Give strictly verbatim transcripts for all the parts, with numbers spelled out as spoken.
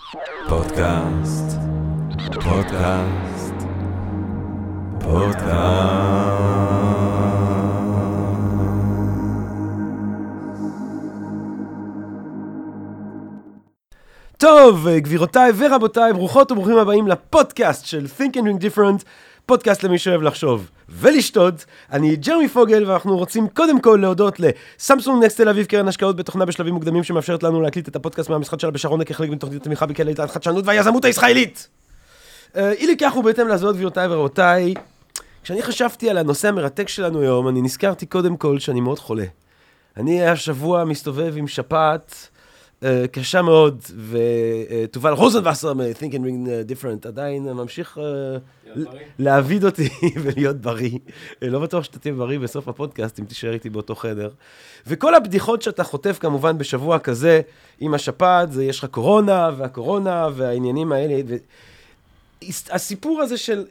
פודקאסט, פודקאסט, פודקאסט. טוב, גבירותיי ורבותיי, ברוכות וברוכים הבאים לפודקאסט של Think and Drink Different, פודקאסט למי שאוהב לחשוב ולשתות. אני ג'רמי פוגל, ואנחנו רוצים קודם כל להודות לסמסונג נקסט תל אביב, קרן השקעות בתוכנה בשלבים מוקדמים, שמאפשרת לנו להקליט את הפודקאסט מהמשחד שלה בשרונה כחלק מתוכנית התמיכה בקהילת החדשנות והיזמות הישראלית. אי לכך ובהתאם לזאת, גבירותיי ורבותיי, כשאני חשבתי על הנושא המרתק שלנו היום, אני נזכרתי קודם כל שאני מאוד חולה. אני השבוע מסתובב עם שפעת קשה מאוד, ותובל רוזנווסר מ-Think and Drink Different עדיין ממשיך להעביד אותי ולהיות בריא. לא בטוח שאתה תהיה בריא בסוף הפודקאסט, אם תישאר איתי באותו חדר. וכל הבדיחות שאתה חוטף כמובן בשבוע כזה עם השפעת, זה יש לך קורונה, והקורונה והעניינים האלה. הסיפור הזה של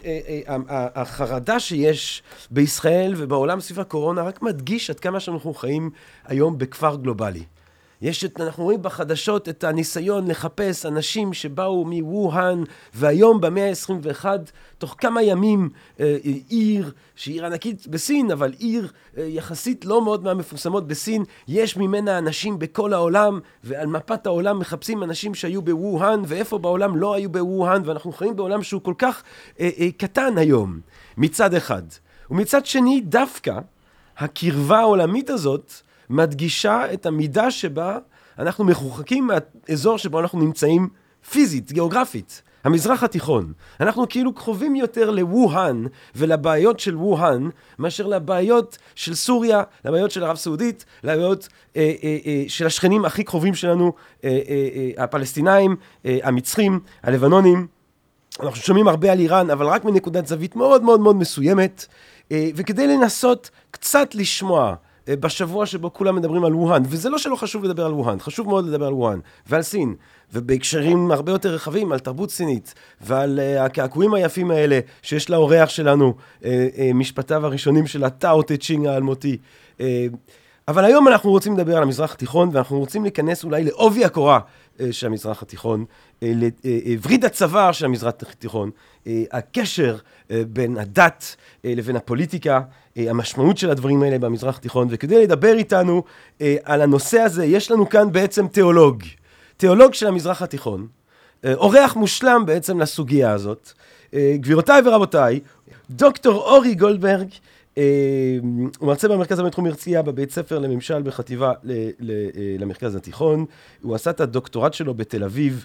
החרדה שיש בישראל ובעולם סביב הקורונה, רק מדגיש עד כמה שאנחנו חיים היום בכפר גלובלי. יש את, אנחנו רואים בחדשות את הניסיון לחפש אנשים שבאו מווהאן, והיום במאה ה-עשרים ואחת, תוך כמה ימים, אה, עיר, שהיא עיר ענקית בסין, אבל עיר אה, יחסית לא מאוד מהמפורסמות בסין, יש ממנה אנשים בכל העולם, ועל מפת העולם מחפשים אנשים שהיו בווהאן, ואיפה בעולם לא היו בווהאן, ואנחנו חיים בעולם שהוא כל כך אה, אה, קטן היום, מצד אחד. ומצד שני, דווקא הקרבה העולמית הזאת, מדגישה את המידה שבה אנחנו מחורקים מהאזור שבו אנחנו נמצאים פיזית, גיאוגרפית, המזרח התיכון. אנחנו כאילו קרובים יותר לווהאן ולבעיות של ווהאן, מאשר לבעיות של סוריה, לבעיות של ערב סעודית, לבעיות אה, אה, אה, של השכנים הכי קרובים שלנו, אה, אה, אה, הפלסטינאים, אה, המצרים, הלבנונים. אנחנו שומעים הרבה על איראן, אבל רק מנקודת זווית מאוד מאוד מאוד מסוימת, אה, וכדי לנסות קצת לשמוע, בשבוע שבו כולם מדברים על ווהאן, וזה לא שלא חשוב לדבר על ווהאן, חשוב מאוד לדבר על ווהאן, ועל סין, ובהקשרים הרבה יותר רחבים, על תרבות סינית, ועל uh, הקעקועים היפים האלה, שיש לאורח שלנו, uh, uh, משפטיו הראשונים של הטאו טה צ'ינג האלמותי. Uh, אבל היום אנחנו רוצים לדבר על המזרח התיכון, ואנחנו רוצים להיכנס אולי לעובי הקורה uh, של המזרח התיכון, uh, לווריד הצוואר של המזרח התיכון, uh, הקשר uh, בין הדת uh, לבין הפוליטיקה, המשמעות של הדברים האלה במזרח התיכון, וכדי לדבר איתנו אה, על הנושא הזה, יש לנו כאן בעצם תיאולוג, תיאולוג של המזרח התיכון, אה, אורח מושלם בעצם לסוגיה הזאת. אה, גבירותיי ורבותיי, דוקטור אורי גולדברג, אה, הוא מרצה במרכז הבינתחומי הרצליה בבית ספר לממשל בחטיבה ל, ל, אה, למרכז התיכון, הוא עשה את הדוקטורט שלו בתל אביב,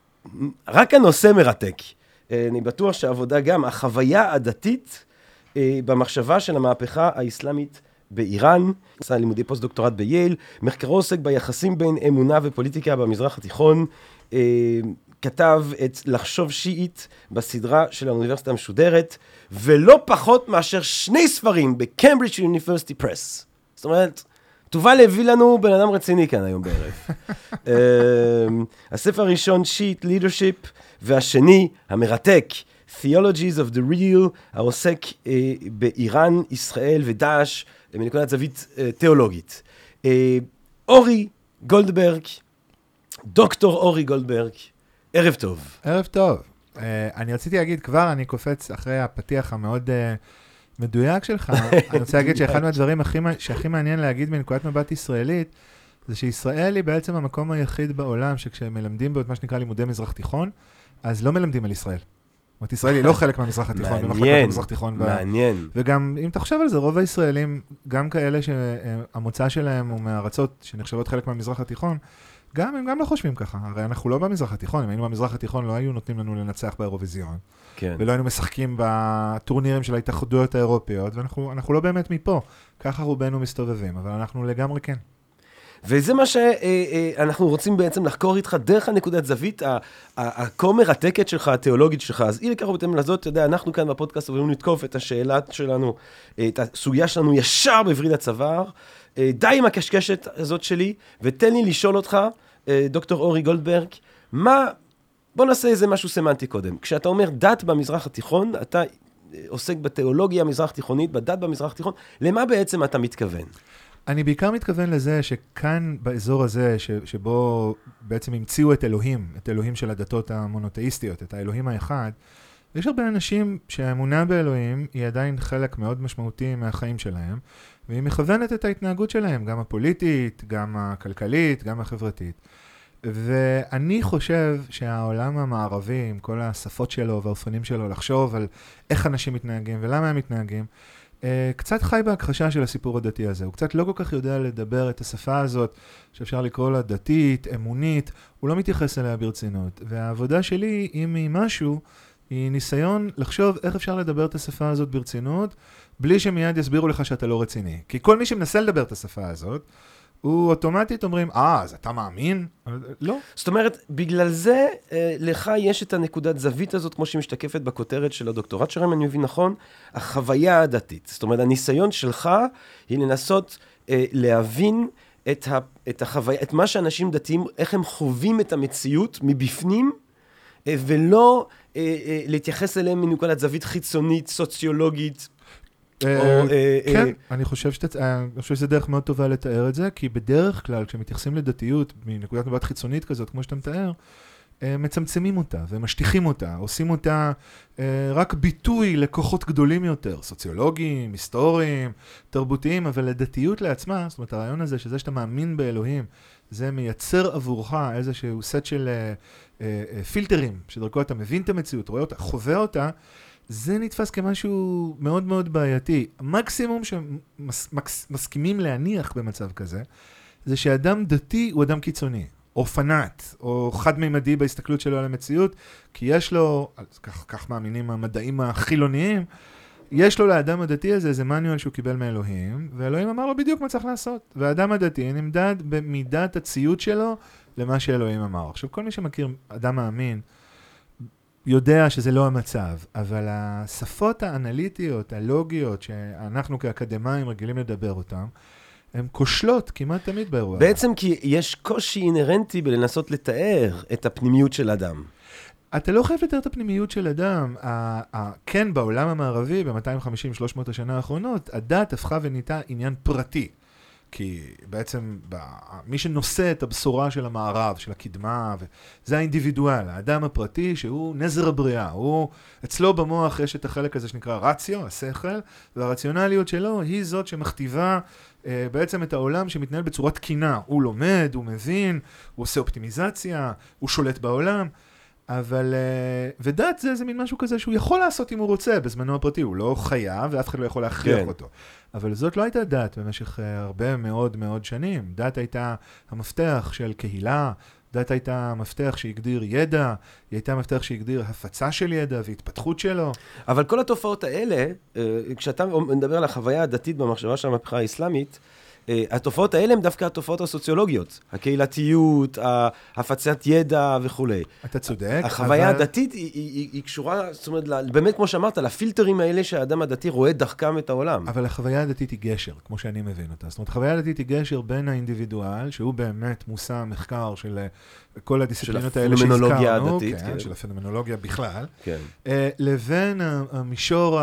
רק הנושא מרתק. אה, אני בטוח שהעבודה גם, החוויה הדתית, במחשבה של המהפכה האסלאמית באיראן, עשה לימודי פוסט דוקטורט בייל, מחקרו עוסק ביחסים בין אמונה ופוליטיקה במזרח התיכון, כתב את לחשוב שיעית בסדרה של האוניברסיטה המשודרת, ולא פחות מאשר שני ספרים בקיימברידג' יוניברסיטי פרס. זאת אומרת, תובל הביא לנו בן אדם רציני כאן היום בערב. הספר הראשון, שיעית Leadership, והשני, המרתק, Theologies of the Real, העוסק אה, באיראן, ישראל ודאעש, אה, מנקודת זווית אה, תיאולוגית. אה, אורי גולדברג, דוקטור אורי גולדברג, ערב טוב. ערב טוב. אה, אני רציתי להגיד כבר, אני קופץ אחרי הפתיח המאוד אה, מדויק שלך, אני רוצה להגיד שאחד מהדברים הכי, שהכי מעניין להגיד מנקודת מבט ישראלית, זה שישראל היא בעצם המקום היחיד בעולם, שכשמלמדים בו את מה שנקרא לימודי מזרח תיכון, אז לא מלמדים על ישראל. זאת אומרת, ישראל היא לא חלק מהמזרח התיכון. מעניין, מעניין. וגם, אם תחשב על זה, רוב הישראלים, גם כאלה שהמוצא שלהם הוא מארצות שנחשבות חלק מהמזרח התיכון, גם הם גם לא חושבים ככה. הרי אנחנו לא במזרח התיכון, אם היינו במזרח התיכון, לא היו נותנים לנו לנצח באירוויזיון. כן. ולא היינו משחקים בטורנירים של ההתאחדויות האירופיות, ואנחנו לא באמת מפה. ככה רובנו מסתובבים, אבל אנחנו לגמרי כן. וזה מה שאנחנו רוצים בעצם לחקור איתך דרך הנקודת זווית הכה מרתקת שלך, התיאולוגית שלך. אז אי לכך ובהתאם לזאת, אתה יודע, אנחנו כאן בפודקאסט עוברים לתקוף את השאלה שלנו, את הסוגיה שלנו ישר בווריד הצוואר. די עם הקשקשת הזאת שלי, ותן לי לשאול אותך, דוקטור אורי גולדברג, מה, בוא נעשה איזה משהו סמנטי קודם. כשאתה אומר דת במזרח התיכון, אתה עוסק בתיאולוגיה המזרח תיכונית, בדת במזרח תיכון, למה בעצם אתה מתכוון? אני בעיקר מתכוון לזה שכאן באזור הזה, ש, שבו בעצם המציאו את אלוהים, את אלוהים של הדתות המונותאיסטיות, את האלוהים האחד, יש הרבה אנשים שהאמונה באלוהים היא עדיין חלק מאוד משמעותי מהחיים שלהם, והיא מכוונת את ההתנהגות שלהם, גם הפוליטית, גם הכלכלית, גם החברתית. ואני חושב שהעולם המערבי, עם כל השפות שלו והאופנים שלו, לחשוב על איך אנשים מתנהגים ולמה הם מתנהגים, קצת חי בהכחשה של הסיפור הדתי הזה. הוא קצת לא כל כך יודע לדבר את השפה הזאת, שאפשר לקרוא לה דתית, אמונית, הוא לא מתייחס אליה ברצינות. והעבודה שלי, אם היא משהו, היא ניסיון לחשוב איך אפשר לדבר את השפה הזאת ברצינות, בלי שמיד יסבירו לך שאתה לא רציני. כי כל מי שמנסה לדבר את השפה הזאת, הוא אוטומטית אומרים, אה, אז אתה מאמין? לא. זאת אומרת, בגלל זה לך יש את הנקודת זווית הזאת, כמו שמשתקפת בכותרת של הדוקטורט שלהם, אני מבין נכון, החוויה הדתית. זאת אומרת, הניסיון שלך היא לנסות אה, להבין את, ה, את, החוויה, את מה שאנשים דתיים, איך הם חווים את המציאות מבפנים, אה, ולא אה, אה, להתייחס אליהם מנקודת זווית חיצונית, סוציולוגית, כן, אני חושב שזה דרך מאוד טובה לתאר את זה, כי בדרך כלל כשמתייחסים לדתיות מנקודת מבט חיצונית כזאת, כמו שאתה מתאר, מצמצמים אותה ומשטיחים אותה, עושים אותה רק ביטוי לכוחות גדולים יותר, סוציולוגיים, היסטוריים, תרבותיים, אבל לדתיות לעצמה, זאת אומרת הרעיון הזה שזה שאתה מאמין באלוהים, זה מייצר עבורך איזשהו סט של פילטרים, שדרכו אתה מבין את המציאות, רואה אותה, חווה אותה, זה נתפס כמשהו מאוד מאוד בעייתי. המקסימום שמסכימים להניח במצב כזה, זה שאדם דתי הוא אדם קיצוני, או פנאט, או חד-מימדי בהסתכלות שלו על המציאות, כי יש לו, כך, כך מאמינים המדעים החילוניים, יש לו לאדם הדתי הזה איזה מניואל שהוא קיבל מאלוהים, ואלוהים אמר לו בדיוק מה צריך לעשות. והאדם הדתי נמדד במידת הציות שלו למה שאלוהים אמר. עכשיו, כל מי שמכיר אדם מאמין, יודע שזה לא המצב, אבל השפות האנליטיות, הלוגיות, שאנחנו כאקדמיים רגילים לדבר אותם, הן כושלות כמעט תמיד באירוע. בעצם כי יש קושי אינרנטי בלנסות לתאר את הפנימיות של אדם. אתה לא חייב לתאר את הפנימיות של אדם. כן, בעולם המערבי, ב-מאתיים וחמישים שלוש מאות השנה האחרונות, הדת הפכה ונהייתה עניין פרטי. כי בעצם מי שנושא את הבשורה של המערב, של הקדמה, זה האינדיבידואל, האדם הפרטי שהוא נזר הבריאה. הוא, אצלו במוח יש את החלק הזה שנקרא רציו, השכל, והרציונליות שלו היא זאת שמכתיבה אה, בעצם את העולם שמתנהל בצורה תקינה. הוא לומד, הוא מבין, הוא עושה אופטימיזציה, הוא שולט בעולם. אבל, ודת זה, זה מין משהו כזה שהוא יכול לעשות אם הוא רוצה, בזמנו הפרטי, הוא לא חייב ואף אחד לא יכול להכריח כן. אותו. אבל זאת לא הייתה דת במשך הרבה מאוד מאוד שנים. דת הייתה המפתח של קהילה, דת הייתה המפתח שהגדיר ידע, היא הייתה המפתח שהגדיר הפצה של ידע והתפתחות שלו. אבל כל התופעות האלה, כשאתה מדבר על החוויה הדתית במחשבה של המהפכה האסלאמית, התופעות האלה הן דווקא התופעות הסוציולוגיות, הקהילתיות, הפצת ידע וכו'. אתה צודק. החוויה אבל... הדתית היא, היא, היא קשורה, זאת אומרת, באמת כמו שאמרת, לפילטרים האלה שהאדם הדתי רואה דרכם את העולם. אבל החוויה הדתית היא גשר, כמו שאני מבין אותה. זאת אומרת, החוויה הדתית היא גשר בין האינדיבידואל, שהוא באמת מושא המחקר של כל הדיסציפלינות האלה שהזכרנו. של הפנומנולוגיה הדתית. כן, כן. של הפנומנולוגיה בכלל. כן. לבין המישור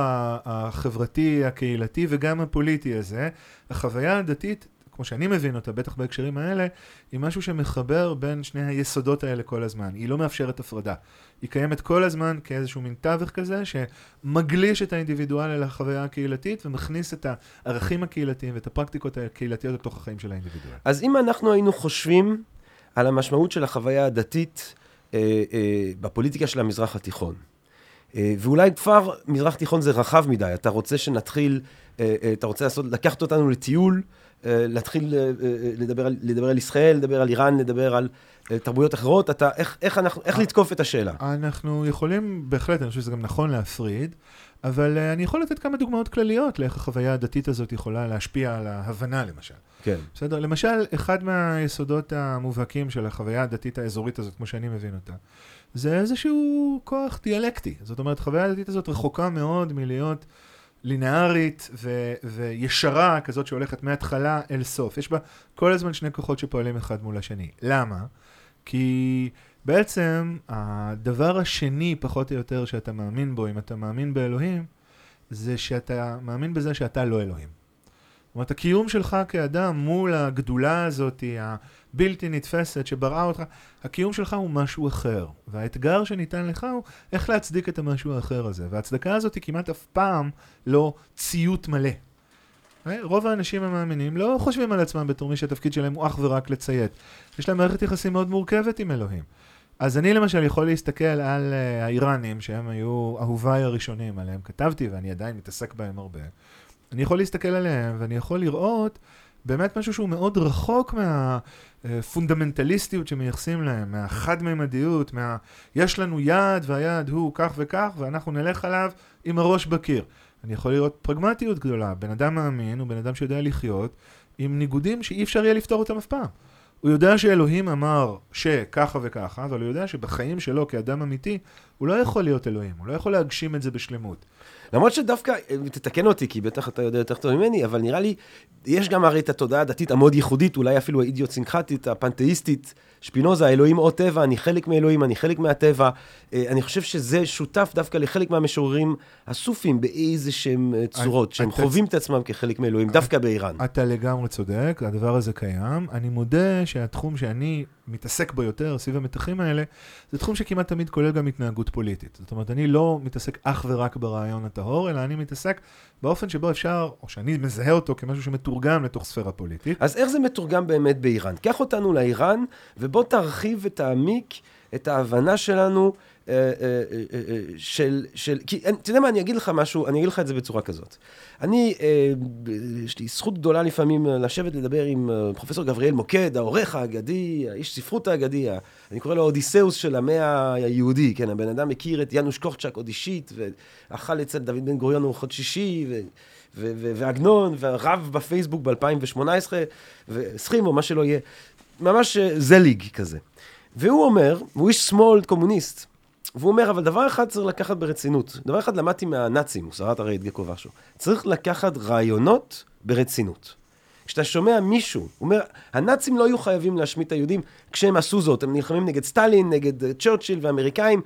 החברתי, הקהילתי וגם הפוליטי הזה, החוויה הדתית, כמו שאני מבין אותה, בטח בהקשרים האלה, היא משהו שמחבר בין שני היסודות האלה כל הזמן. היא לא מאפשרת הפרדה. היא קיימת כל הזמן כאיזשהו מין תווך כזה, שמגליש את האינדיבידואל אל החוויה הקהילתית, ומכניס את הערכים הקהילתיים ואת הפרקטיקות הקהילתיות לתוך החיים של האינדיבידואל. אז אם אנחנו היינו חושבים על המשמעות של החוויה הדתית אה, אה, בפוליטיקה של המזרח התיכון, אה, ואולי כבר מזרח תיכון זה רחב מדי, אתה רוצה שנתחיל, אה, אה, אתה רוצה לעשות, לקחת אותנו לטיול, אה, להתחיל אה, לדבר, על, לדבר על ישראל, לדבר על איראן, לדבר על אה, תרבויות אחרות, אתה, איך, איך, אנחנו, איך לתקוף את השאלה? אנחנו יכולים, בהחלט, אני חושב שזה גם נכון להפריד, אבל uh, אני יכול לתת כמה דוגמאות כלליות לאיך החוויה הדתית הזאת יכולה להשפיע על ההבנה, למשל. כן. בסדר? למשל, אחד מהיסודות המובהקים של החוויה הדתית האזורית הזאת, כמו שאני מבין אותה, זה איזשהו כוח דיאלקטי. זאת אומרת, החוויה הדתית הזאת רחוקה מאוד מלהיות לינארית ו- וישרה, כזאת שהולכת מההתחלה אל סוף. יש בה כל הזמן שני כוחות שפועלים אחד מול השני. למה? כי בעצם הדבר השני, פחות או יותר, שאתה מאמין בו, אם אתה מאמין באלוהים, זה שאתה מאמין בזה שאתה לא אלוהים. זאת אומרת, הקיום שלך כאדם מול הגדולה הזאת, הבלתי נתפסת שבראה אותך, הקיום שלך הוא משהו אחר. והאתגר שניתן לך הוא איך להצדיק את המשהו האחר הזה. וההצדקה הזאת היא כמעט אף פעם לא ציות מלא. רוב האנשים המאמינים לא חושבים על עצמם בתור מי שהתפקיד שלהם הוא אך ורק לציית. יש להם מערכת יחסים מאוד מורכבת עם אלוהים. אז אני למשל יכול להסתכל על uh, האיראנים, שהם היו אהוביי הראשונים עליהם, כתבתי ואני עדיין מתעסק בהם הרבה. אני יכול להסתכל עליהם ואני יכול לראות באמת משהו שהוא מאוד רחוק מהפונדמנטליסטיות שמייחסים להם, מהחד-ממדיות, מה... יש לנו יד והיד הוא כך וכך ואנחנו נלך עליו עם הראש בקיר. אני יכול לראות פרגמטיות גדולה, בן אדם מאמין הוא בן אדם שיודע לחיות עם ניגודים שאי אפשר יהיה לפתור אותם אף פעם. הוא יודע שאלוהים אמר שככה וככה, אבל הוא יודע שבחיים שלו כאדם אמיתי, הוא לא יכול להיות אלוהים, הוא לא יכול להגשים את זה בשלמות. למרות שדווקא, תתקן אותי, כי בטח אתה יודע יותר טוב ממני, אבל נראה לי, יש גם הרי את התודעה הדתית המאוד ייחודית, אולי אפילו האידיוצינקרטית, הפנתאיסטית, שפינוזה, אלוהים או טבע, אני חלק מאלוהים, אני חלק מהטבע. אני חושב שזה שותף דווקא לחלק מהמשוררים הסופים באיזה שהם צורות, שהם חווים את עצמם כחלק מאלוהים, דווקא באיראן. אתה לגמרי צודק, הדבר הזה קיים. אני מודה שהתחום שאני מתעסק בו יותר, סביב המתחים האלה, זה תחום שכמעט תמיד כולל גם התנהגות פוליטית. זאת אומרת, אני לא מתעסק אך ורק ברעיון הטהור, אלא אני מתעסק באופן שבו אפשר, או שאני מזהה אותו כמשהו שמתורגם לתוך ספירה פוליטית. אז איך זה מתורגם באמת באיראן? קח אותנו לאיראן, ובוא תרחיב ותעמיק את ההבנה שלנו אה, אה, אה, של, של... כי, אתה יודע מה, אני אגיד לך משהו, אני אגיד לך את זה בצורה כזאת. אני, אה, יש לי זכות גדולה לפעמים לשבת לדבר עם פרופסור גבריאל מוקד, העורך האגדי, האיש ספרות האגדי, אני קורא לו אודיסאוס של המאה היהודי, כן, הבן אדם מכיר את ינוש קורצ'ק עוד אישית, ואכל אצל דוד בן גוריון ארוחות שישי, ו... ועגנון, ורב בפייסבוק ב-אלפיים שמונה עשרה, וסכים או מה שלא יהיה, ממש זליג כזה. והוא אומר, הוא איש שמאל קומוניסט, והוא אומר, אבל דבר אחד צריך לקחת ברצינות, דבר אחד למדתי מהנאצים, הוא שרת הרי את גקו ורשו, צריך לקחת רעיונות ברצינות. כשאתה שומע מישהו, הוא אומר, הנאצים לא היו חייבים להשמיד את היהודים, כשהם עשו זאת, הם נלחמים נגד סטלין, נגד צ'רצ'יל ואמריקאים,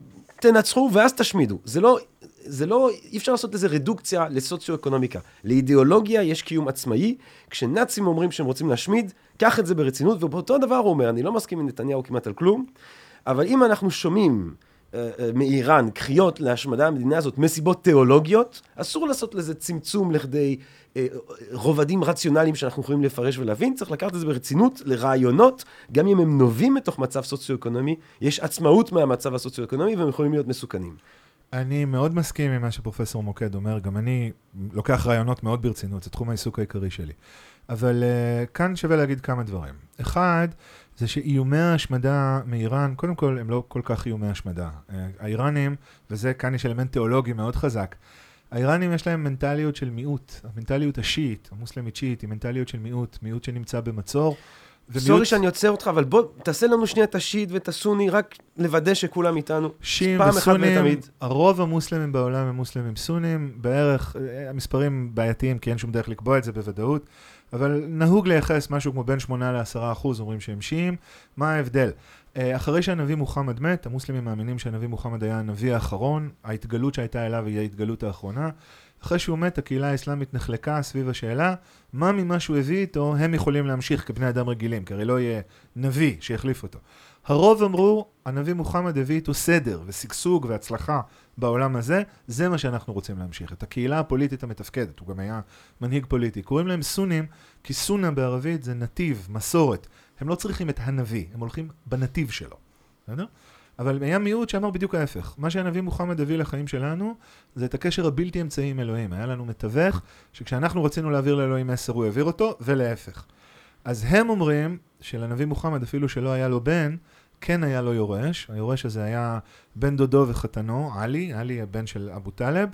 תנצחו ואז תשמידו. זה לא... זה לא, אי אפשר לעשות איזה רדוקציה לסוציו-אקונומיקה. לאידיאולוגיה יש קיום עצמאי, כשנאצים אומרים שהם רוצים להשמיד, קח את זה ברצינות, ובאותו דבר הוא אומר, אני לא מסכים עם נתניהו כמעט על כלום, אבל אם אנחנו שומעים אה, אה, מאיראן קריאות להשמדה המדינה הזאת מסיבות תיאולוגיות, אסור לעשות לזה צמצום לכדי אה, רובדים רציונליים שאנחנו יכולים לפרש ולהבין, צריך לקחת את זה ברצינות לרעיונות, גם אם הם נובעים מתוך מצב סוציו-אקונומי, יש עצמאות מהמצב הסוציו-אקונומי והם יכולים להיות מסוכנים. אני מאוד מסכים עם מה שפרופסור מוקד אומר, גם אני לוקח רעיונות מאוד ברצינות, זה תחום העיסוק העיקרי שלי. אבל uh, כאן שווה להגיד כמה דברים. אחד, זה שאיומי ההשמדה מאיראן, קודם כל הם לא כל כך איומי השמדה. Uh, האיראנים, וזה כאן יש אלמנט תיאולוגי מאוד חזק, האיראנים יש להם מנטליות של מיעוט, המנטליות השיעית, המוסלמית שיעית, היא מנטליות של מיעוט, מיעוט שנמצא במצור. סורי שאני יוצא אותך, אבל בוא, תעשה לנו שנייה את השיעית ואת הסוני, רק לוודא שכולם איתנו. שיעים וסונים, הרוב המוסלמים בעולם הם מוסלמים סונים, בערך, המספרים בעייתיים, כי אין שום דרך לקבוע את זה בוודאות, אבל נהוג לייחס משהו כמו בין שמונה לעשרה אחוז, אומרים שהם שיעים. מה ההבדל? אחרי שהנביא מוחמד מת, המוסלמים מאמינים שהנביא מוחמד היה הנביא האחרון, ההתגלות שהייתה אליו היא ההתגלות האחרונה, אחרי שהוא מת, הקהילה האסלאמית נחלקה סביב השאלה, מה ממה שהוא הביא איתו הם יכולים להמשיך כבני אדם רגילים, כי הרי לא יהיה נביא שיחליף אותו. הרוב אמרו, הנביא מוחמד הביא איתו סדר וסגסוג והצלחה בעולם הזה, זה מה שאנחנו רוצים להמשיך. את הקהילה הפוליטית המתפקדת, הוא גם היה מנהיג פוליטי. קוראים להם סונים, כי סונה בערבית זה נתיב, מסורת. הם לא צריכים את הנביא, הם הולכים בנתיב שלו. בסדר? אבל היה מיעוט שאמר בדיוק ההפך. מה שהנביא מוחמד הביא לחיים שלנו, זה את הקשר הבלתי אמצעי עם אלוהים. היה לנו מתווך, שכשאנחנו רצינו להעביר לאלוהים מסר, הוא העביר אותו, ולהפך. אז הם אומרים שלנביא מוחמד, אפילו שלא היה לו בן, כן היה לו יורש. היורש הזה היה בן דודו וחתנו, עלי, עלי הבן של אבו טלב,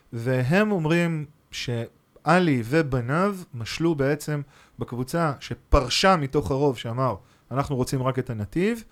והם אומרים שעלי ובניו משלו בעצם בקבוצה שפרשה מתוך הרוב שאמר, אנחנו רוצים רק את הנתיב,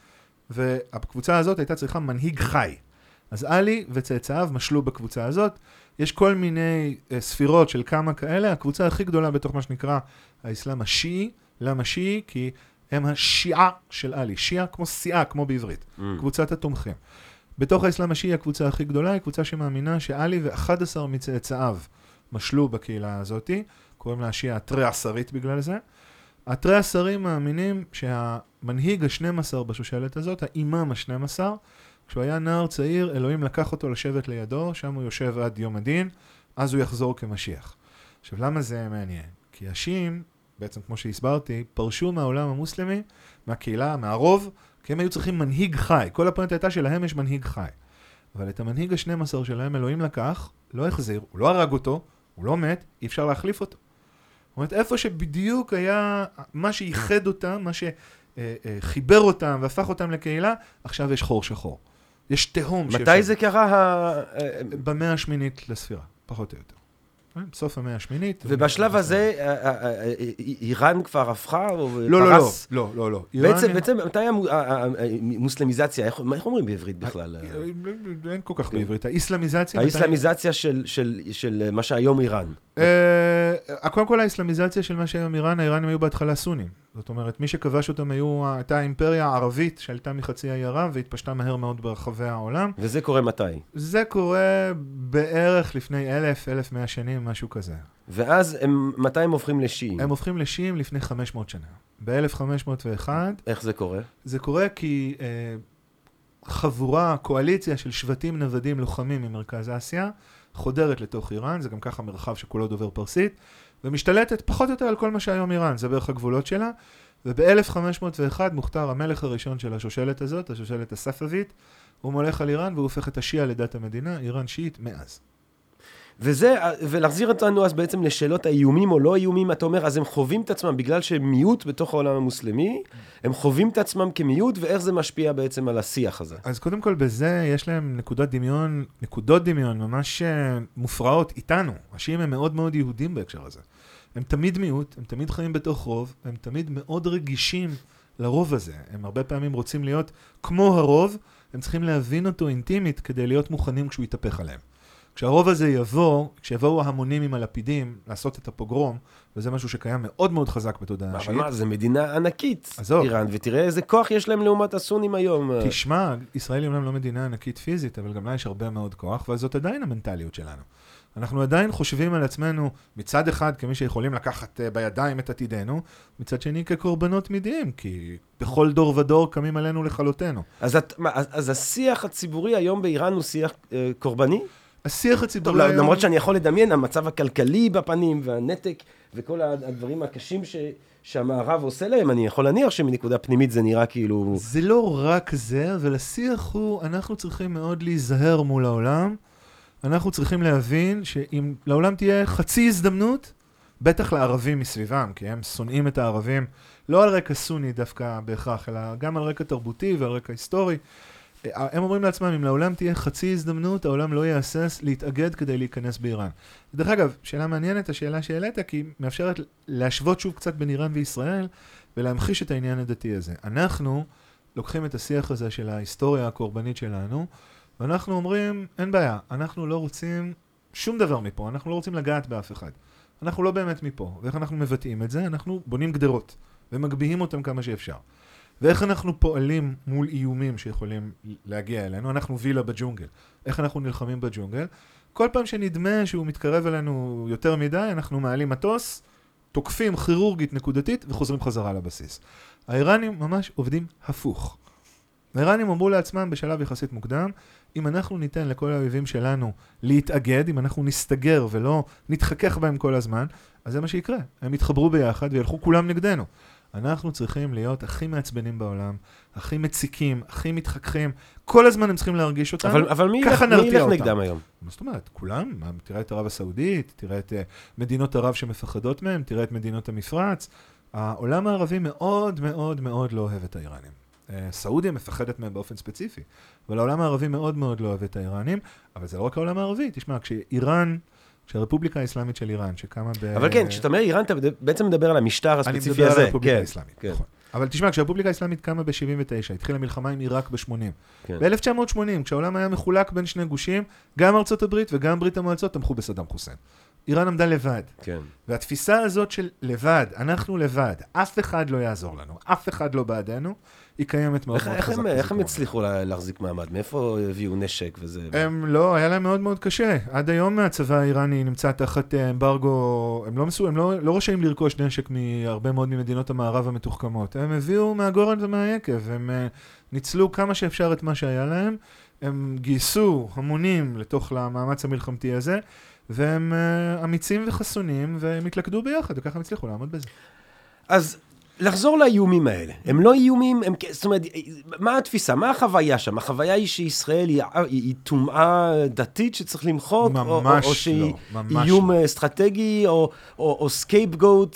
והקבוצה הזאת הייתה צריכה מנהיג חי. אז עלי וצאצאיו משלו בקבוצה הזאת. יש כל מיני uh, ספירות של כמה כאלה. הקבוצה הכי גדולה בתוך מה שנקרא האסלאם השיעי. למה שיעי? כי הם השיעה של עלי. שיעה כמו סיעה, כמו בעברית. Mm. קבוצת התומכים. בתוך האסלאם השיעי הקבוצה הכי גדולה היא קבוצה שמאמינה שעלי ו-אחד עשר מצאצאיו משלו בקהילה הזאת. קוראים לה השיעה התרי עשרית בגלל זה. התרי עשרים מאמינים שהמנהיג ה-שנים עשר בשושלת הזאת, האימאם ה-שנים עשר, כשהוא היה נער צעיר, אלוהים לקח אותו לשבת לידו, שם הוא יושב עד יום הדין, אז הוא יחזור כמשיח. עכשיו, למה זה מעניין? כי השיעים, בעצם כמו שהסברתי, פרשו מהעולם המוסלמי, מהקהילה, מהרוב, כי הם היו צריכים מנהיג חי. כל הפואנטה הייתה שלהם יש מנהיג חי. אבל את המנהיג ה-שנים עשר שלהם אלוהים לקח, לא החזיר, הוא לא הרג אותו, הוא לא מת, אי אפשר להחליף אותו. זאת אומרת, איפה שבדיוק היה מה שייחד אותם, מה שחיבר אותם והפך אותם לקהילה, עכשיו יש חור שחור. יש תהום. מתי זה קרה? במאה השמינית לספירה, פחות או יותר. בסוף המאה השמינית. ובשלב הזה, איראן כבר הפכה? לא, לא, לא, לא, לא. בעצם, מתי המוסלמיזציה, איך אומרים בעברית בכלל? אין כל כך בעברית. האיסלאמיזציה... האיסלאמיזציה של מה שהיום איראן. קודם כל האיסלאמיזציה של מה שהיום איראן, האיראנים היו בהתחלה סונים. זאת אומרת, מי שכבש אותם הייתה האימפריה הערבית שעלתה מחצי האי ערב והתפשטה מהר מאוד ברחבי העולם. וזה קורה מתי? זה קורה בערך לפני אלף, אלף מאה שנים, משהו כזה. ואז הם, מתי הם הופכים לשיעים? הם הופכים לשיעים לפני חמש מאות שנה. ב-אלף חמש מאות ואחת. איך זה קורה? זה קורה כי אה, חבורה, קואליציה של שבטים נוודים לוחמים ממרכז אסיה, חודרת לתוך איראן, זה גם ככה מרחב שכולו דובר פרסית, ומשתלטת פחות או יותר על כל מה שהיום איראן, זה בערך הגבולות שלה, וב-אלף חמש מאות ואחת מוכתר המלך הראשון של השושלת הזאת, השושלת הספאבית, הוא מולך על איראן והוא הופך את השיעה לדת המדינה, איראן שיעית מאז. וזה, ולהחזיר אותנו אז בעצם לשאלות האיומים או לא איומים, אתה אומר, אז הם חווים את עצמם, בגלל שהם מיעוט בתוך העולם המוסלמי, הם חווים את עצמם כמיעוט, ואיך זה משפיע בעצם על השיח הזה? אז קודם כל בזה יש להם נקודות דמיון, נקודות דמיון ממש מופרעות איתנו. השיעים הם מאוד מאוד יהודים בהקשר הזה. הם תמיד מיעוט, הם תמיד חיים בתוך רוב, הם תמיד מאוד רגישים לרוב הזה. הם הרבה פעמים רוצים להיות כמו הרוב, הם צריכים להבין אותו אינטימית כדי להיות מוכנים כשהוא יתהפך עליהם. כשהרוב הזה יבוא, כשיבואו ההמונים עם הלפידים לעשות את הפוגרום, וזה משהו שקיים מאוד מאוד חזק בתודעה השיעית. אבל מה, זה מדינה ענקית, איראן, ותראה איזה כוח יש להם לעומת הסונים היום. תשמע, ישראל אומנם לא מדינה ענקית פיזית, אבל גם לה יש הרבה מאוד כוח, וזאת עדיין המנטליות שלנו. אנחנו עדיין חושבים על עצמנו, מצד אחד כמי שיכולים לקחת בידיים את עתידנו, מצד שני כקורבנות תמידיים, כי בכל דור ודור קמים עלינו לכלותנו. אז, אז השיח הציבורי היום באיראן הוא שיח אה, קורבני? השיח הציבורי טוב, היום... למרות שאני יכול לדמיין, המצב הכלכלי בפנים והנתק וכל הדברים הקשים ש... שהמערב עושה להם, אני יכול להניח שמנקודה פנימית זה נראה כאילו... זה לא רק זה, אבל השיח הוא, אנחנו צריכים מאוד להיזהר מול העולם, אנחנו צריכים להבין שאם לעולם תהיה חצי הזדמנות, בטח לערבים מסביבם, כי הם שונאים את הערבים, לא על רקע סוני דווקא בהכרח, אלא גם על רקע תרבותי ועל רקע היסטורי. הם אומרים לעצמם, אם לעולם תהיה חצי הזדמנות, העולם לא יאסס להתאגד כדי להיכנס באיראן. דרך אגב, שאלה מעניינת, השאלה שהעלית, כי היא מאפשרת להשוות שוב קצת בין איראן וישראל, ולהמחיש את העניין הדתי הזה. אנחנו לוקחים את השיח הזה של ההיסטוריה הקורבנית שלנו, ואנחנו אומרים, אין בעיה, אנחנו לא רוצים שום דבר מפה, אנחנו לא רוצים לגעת באף אחד. אנחנו לא באמת מפה. ואיך אנחנו מבטאים את זה? אנחנו בונים גדרות, ומגביהים אותם כמה שאפשר. ואיך אנחנו פועלים מול איומים שיכולים להגיע אלינו? אנחנו וילה בג'ונגל. איך אנחנו נלחמים בג'ונגל? כל פעם שנדמה שהוא מתקרב אלינו יותר מדי, אנחנו מעלים מטוס, תוקפים כירורגית נקודתית וחוזרים חזרה לבסיס. האיראנים ממש עובדים הפוך. האיראנים אמרו לעצמם בשלב יחסית מוקדם, אם אנחנו ניתן לכל האויבים שלנו להתאגד, אם אנחנו נסתגר ולא נתחכך בהם כל הזמן, אז זה מה שיקרה. הם יתחברו ביחד וילכו כולם נגדנו. אנחנו צריכים להיות הכי מעצבנים בעולם, הכי מציקים, הכי מתחככים, כל הזמן הם צריכים להרגיש אותנו, אבל, אבל מי ככה נרתיע אותם. מי ילך נגדם היום? מה זאת אומרת? כולם, תראה את ערב הסעודית, תראה את uh, מדינות ערב שמפחדות מהם, תראה את מדינות המפרץ. העולם הערבי מאוד מאוד מאוד לא אוהב את האיראנים. Uh, סעודיה מפחדת מהם באופן ספציפי, אבל העולם הערבי מאוד מאוד לא אוהב את האיראנים, אבל זה לא רק העולם הערבי, תשמע, כשאיראן... שהרפובליקה האסלאמית של איראן, שקמה ב... אבל כן, כשאתה אומר איראן, אתה בעצם מדבר על המשטר הספציפי הזה. אני מדבר על הרפובליקה האסלאמית, נכון. אבל תשמע, כשהרפובליקה האסלאמית קמה ב-שבעים ותשע, התחילה מלחמה עם עיראק ב-שמונים. ב-אלף תשע מאות שמונים, כשהעולם היה מחולק בין שני גושים, גם ארצות הברית וגם ברית המועצות תמכו בסדאם חוסיין. איראן עמדה לבד. כן. והתפיסה הזאת של לבד, אנחנו לבד, אף אחד לא יעזור לנו, אף אחד לא בעדנו, היא קיימת מאוד מאוד חזק. איך הם הצליחו להחזיק מעמד? מאיפה הביאו נשק וזה? הם לא, היה להם מאוד מאוד קשה. עד היום הצבא האיראני נמצא תחת אמברגו, הם לא מסו, הם לא, לא רשאים לרכוש נשק מהרבה מאוד ממדינות המערב המתוחכמות. הם הביאו מהגורן ומהיקב, הם ניצלו כמה שאפשר את מה שהיה להם, הם גייסו המונים לתוך המאמץ המלחמתי הזה, והם אמיצים וחסונים, והם התלכדו ביחד, וככה הם הצליחו לעמוד בזה. אז לחזור לאיומים האלה, הם לא איומים, הם, זאת אומרת, מה התפיסה, מה החוויה שם? החוויה היא שישראל היא, היא תומעה דתית שצריך למחוק, ממש או, או, או שהיא לא, ממש איום לא. אסטרטגי, או, או, או סקייפגוט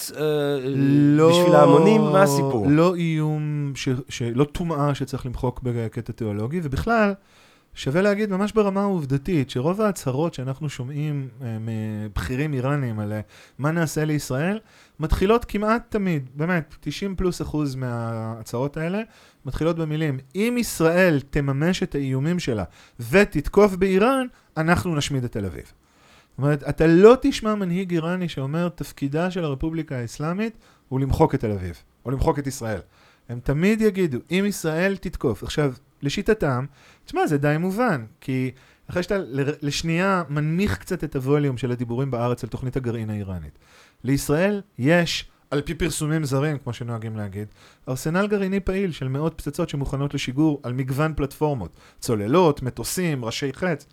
לא, בשביל ההמונים, מה הסיפור? לא איום, ש, ש, לא תומעה שצריך למחוק בקטע תיאולוגי, ובכלל, שווה להגיד ממש ברמה העובדתית, שרוב ההצהרות שאנחנו שומעים מבחירים איראנים על מה נעשה לישראל, מתחילות כמעט תמיד, באמת, תשעים פלוס אחוז מההצהרות האלה, מתחילות במילים, אם ישראל תממש את האיומים שלה ותתקוף באיראן, אנחנו נשמיד את תל אביב. זאת אומרת, אתה לא תשמע מנהיג איראני שאומר, תפקידה של הרפובליקה האסלאמית הוא למחוק את תל אביב, או למחוק את ישראל. הם תמיד יגידו, אם ישראל תתקוף. עכשיו, לשיטתם, תשמע, זה די מובן, כי אחרי שאתה לשנייה מנמיך קצת את הווליום של הדיבורים בארץ על תוכנית הגרעין האיראנית. לישראל יש, על פי פרסומים זרים, כמו שנוהגים להגיד, ארסנל גרעיני פעיל של מאות פצצות שמוכנות לשיגור על מגוון פלטפורמות, צוללות, מטוסים, ראשי חץ.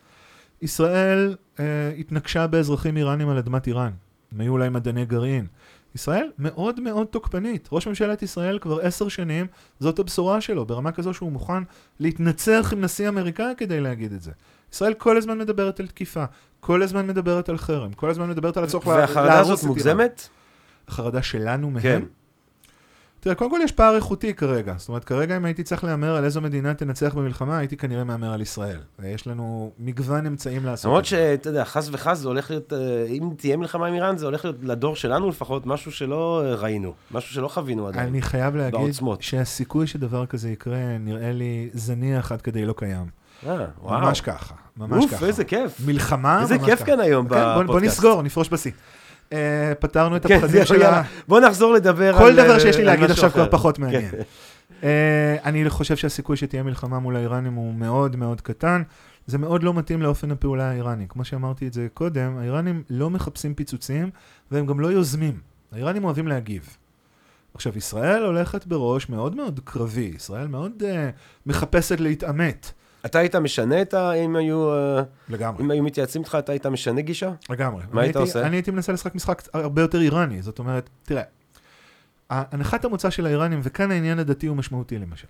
ישראל אה, התנקשה באזרחים איראנים על אדמת איראן. הם היו אולי מדעני גרעין. ישראל מאוד מאוד תוקפנית. ראש ממשלת ישראל כבר עשר שנים, זאת הבשורה שלו, ברמה כזו שהוא מוכן להתנצח עם נשיא אמריקאי כדי להגיד את זה. ישראל כל הזמן מדברת על תקיפה, כל הזמן מדברת על חרם, כל הזמן מדברת על הצורך להרוס את איראן. והחרדה הזאת מוגזמת? החרדה שלנו מהם? כן. תראה, קודם כל יש פער איכותי כרגע. זאת אומרת, כרגע אם הייתי צריך לאמר על איזו מדינה תנצח במלחמה, הייתי כנראה מאמר על ישראל. יש לנו מגוון אמצעים לעשות. למרות שאתה יודע, חס וחס זה הולך להיות, אם תהיה מלחמה עם איראן, זה הולך להיות לדור שלנו לפחות, משהו שלא ראינו, משהו שלא חווינו עדיין. אני חייב להגיד בעוצמות. שהסיכוי שדבר כזה יקרה, נראה לי זניח עד כדי לא קיים. אה, וואו. ממש ככה, ממש ככה. אוף, איזה כיף. מלחמה, איזה כיף כאן היום בפודקאסט. בוא נסגור, נפרוש בשיא. פתרנו את הפחדים שלה. בוא נחזור לדבר כל דבר שיש לי להגיד עכשיו כבר פחות מעניין. אני חושב שהסיכוי שתהיה מלחמה מול האיראנים הוא מאוד מאוד קטן. זה מאוד לא מתאים לאופן הפעולה האיראני. כמו שאמרתי את זה קודם, האיראנים לא מחפשים פיצוצים, והם גם לא יוזמים. האיראנים אוהבים להגיב. עכשיו, ישראל הולכת בראש מאוד מאוד קרבי. ישראל מאוד מחפשת להתאמת. אתה היית משנה את ה... אם היו... לגמרי. אם היו מתייעצים איתך, אתה היית משנה גישה? לגמרי. מה היית עושה? אני הייתי מנסה לשחק משחק הרבה יותר איראני. זאת אומרת, תראה, הנחת המוצא של האיראנים, וכאן העניין הדתי הוא משמעותי למשל.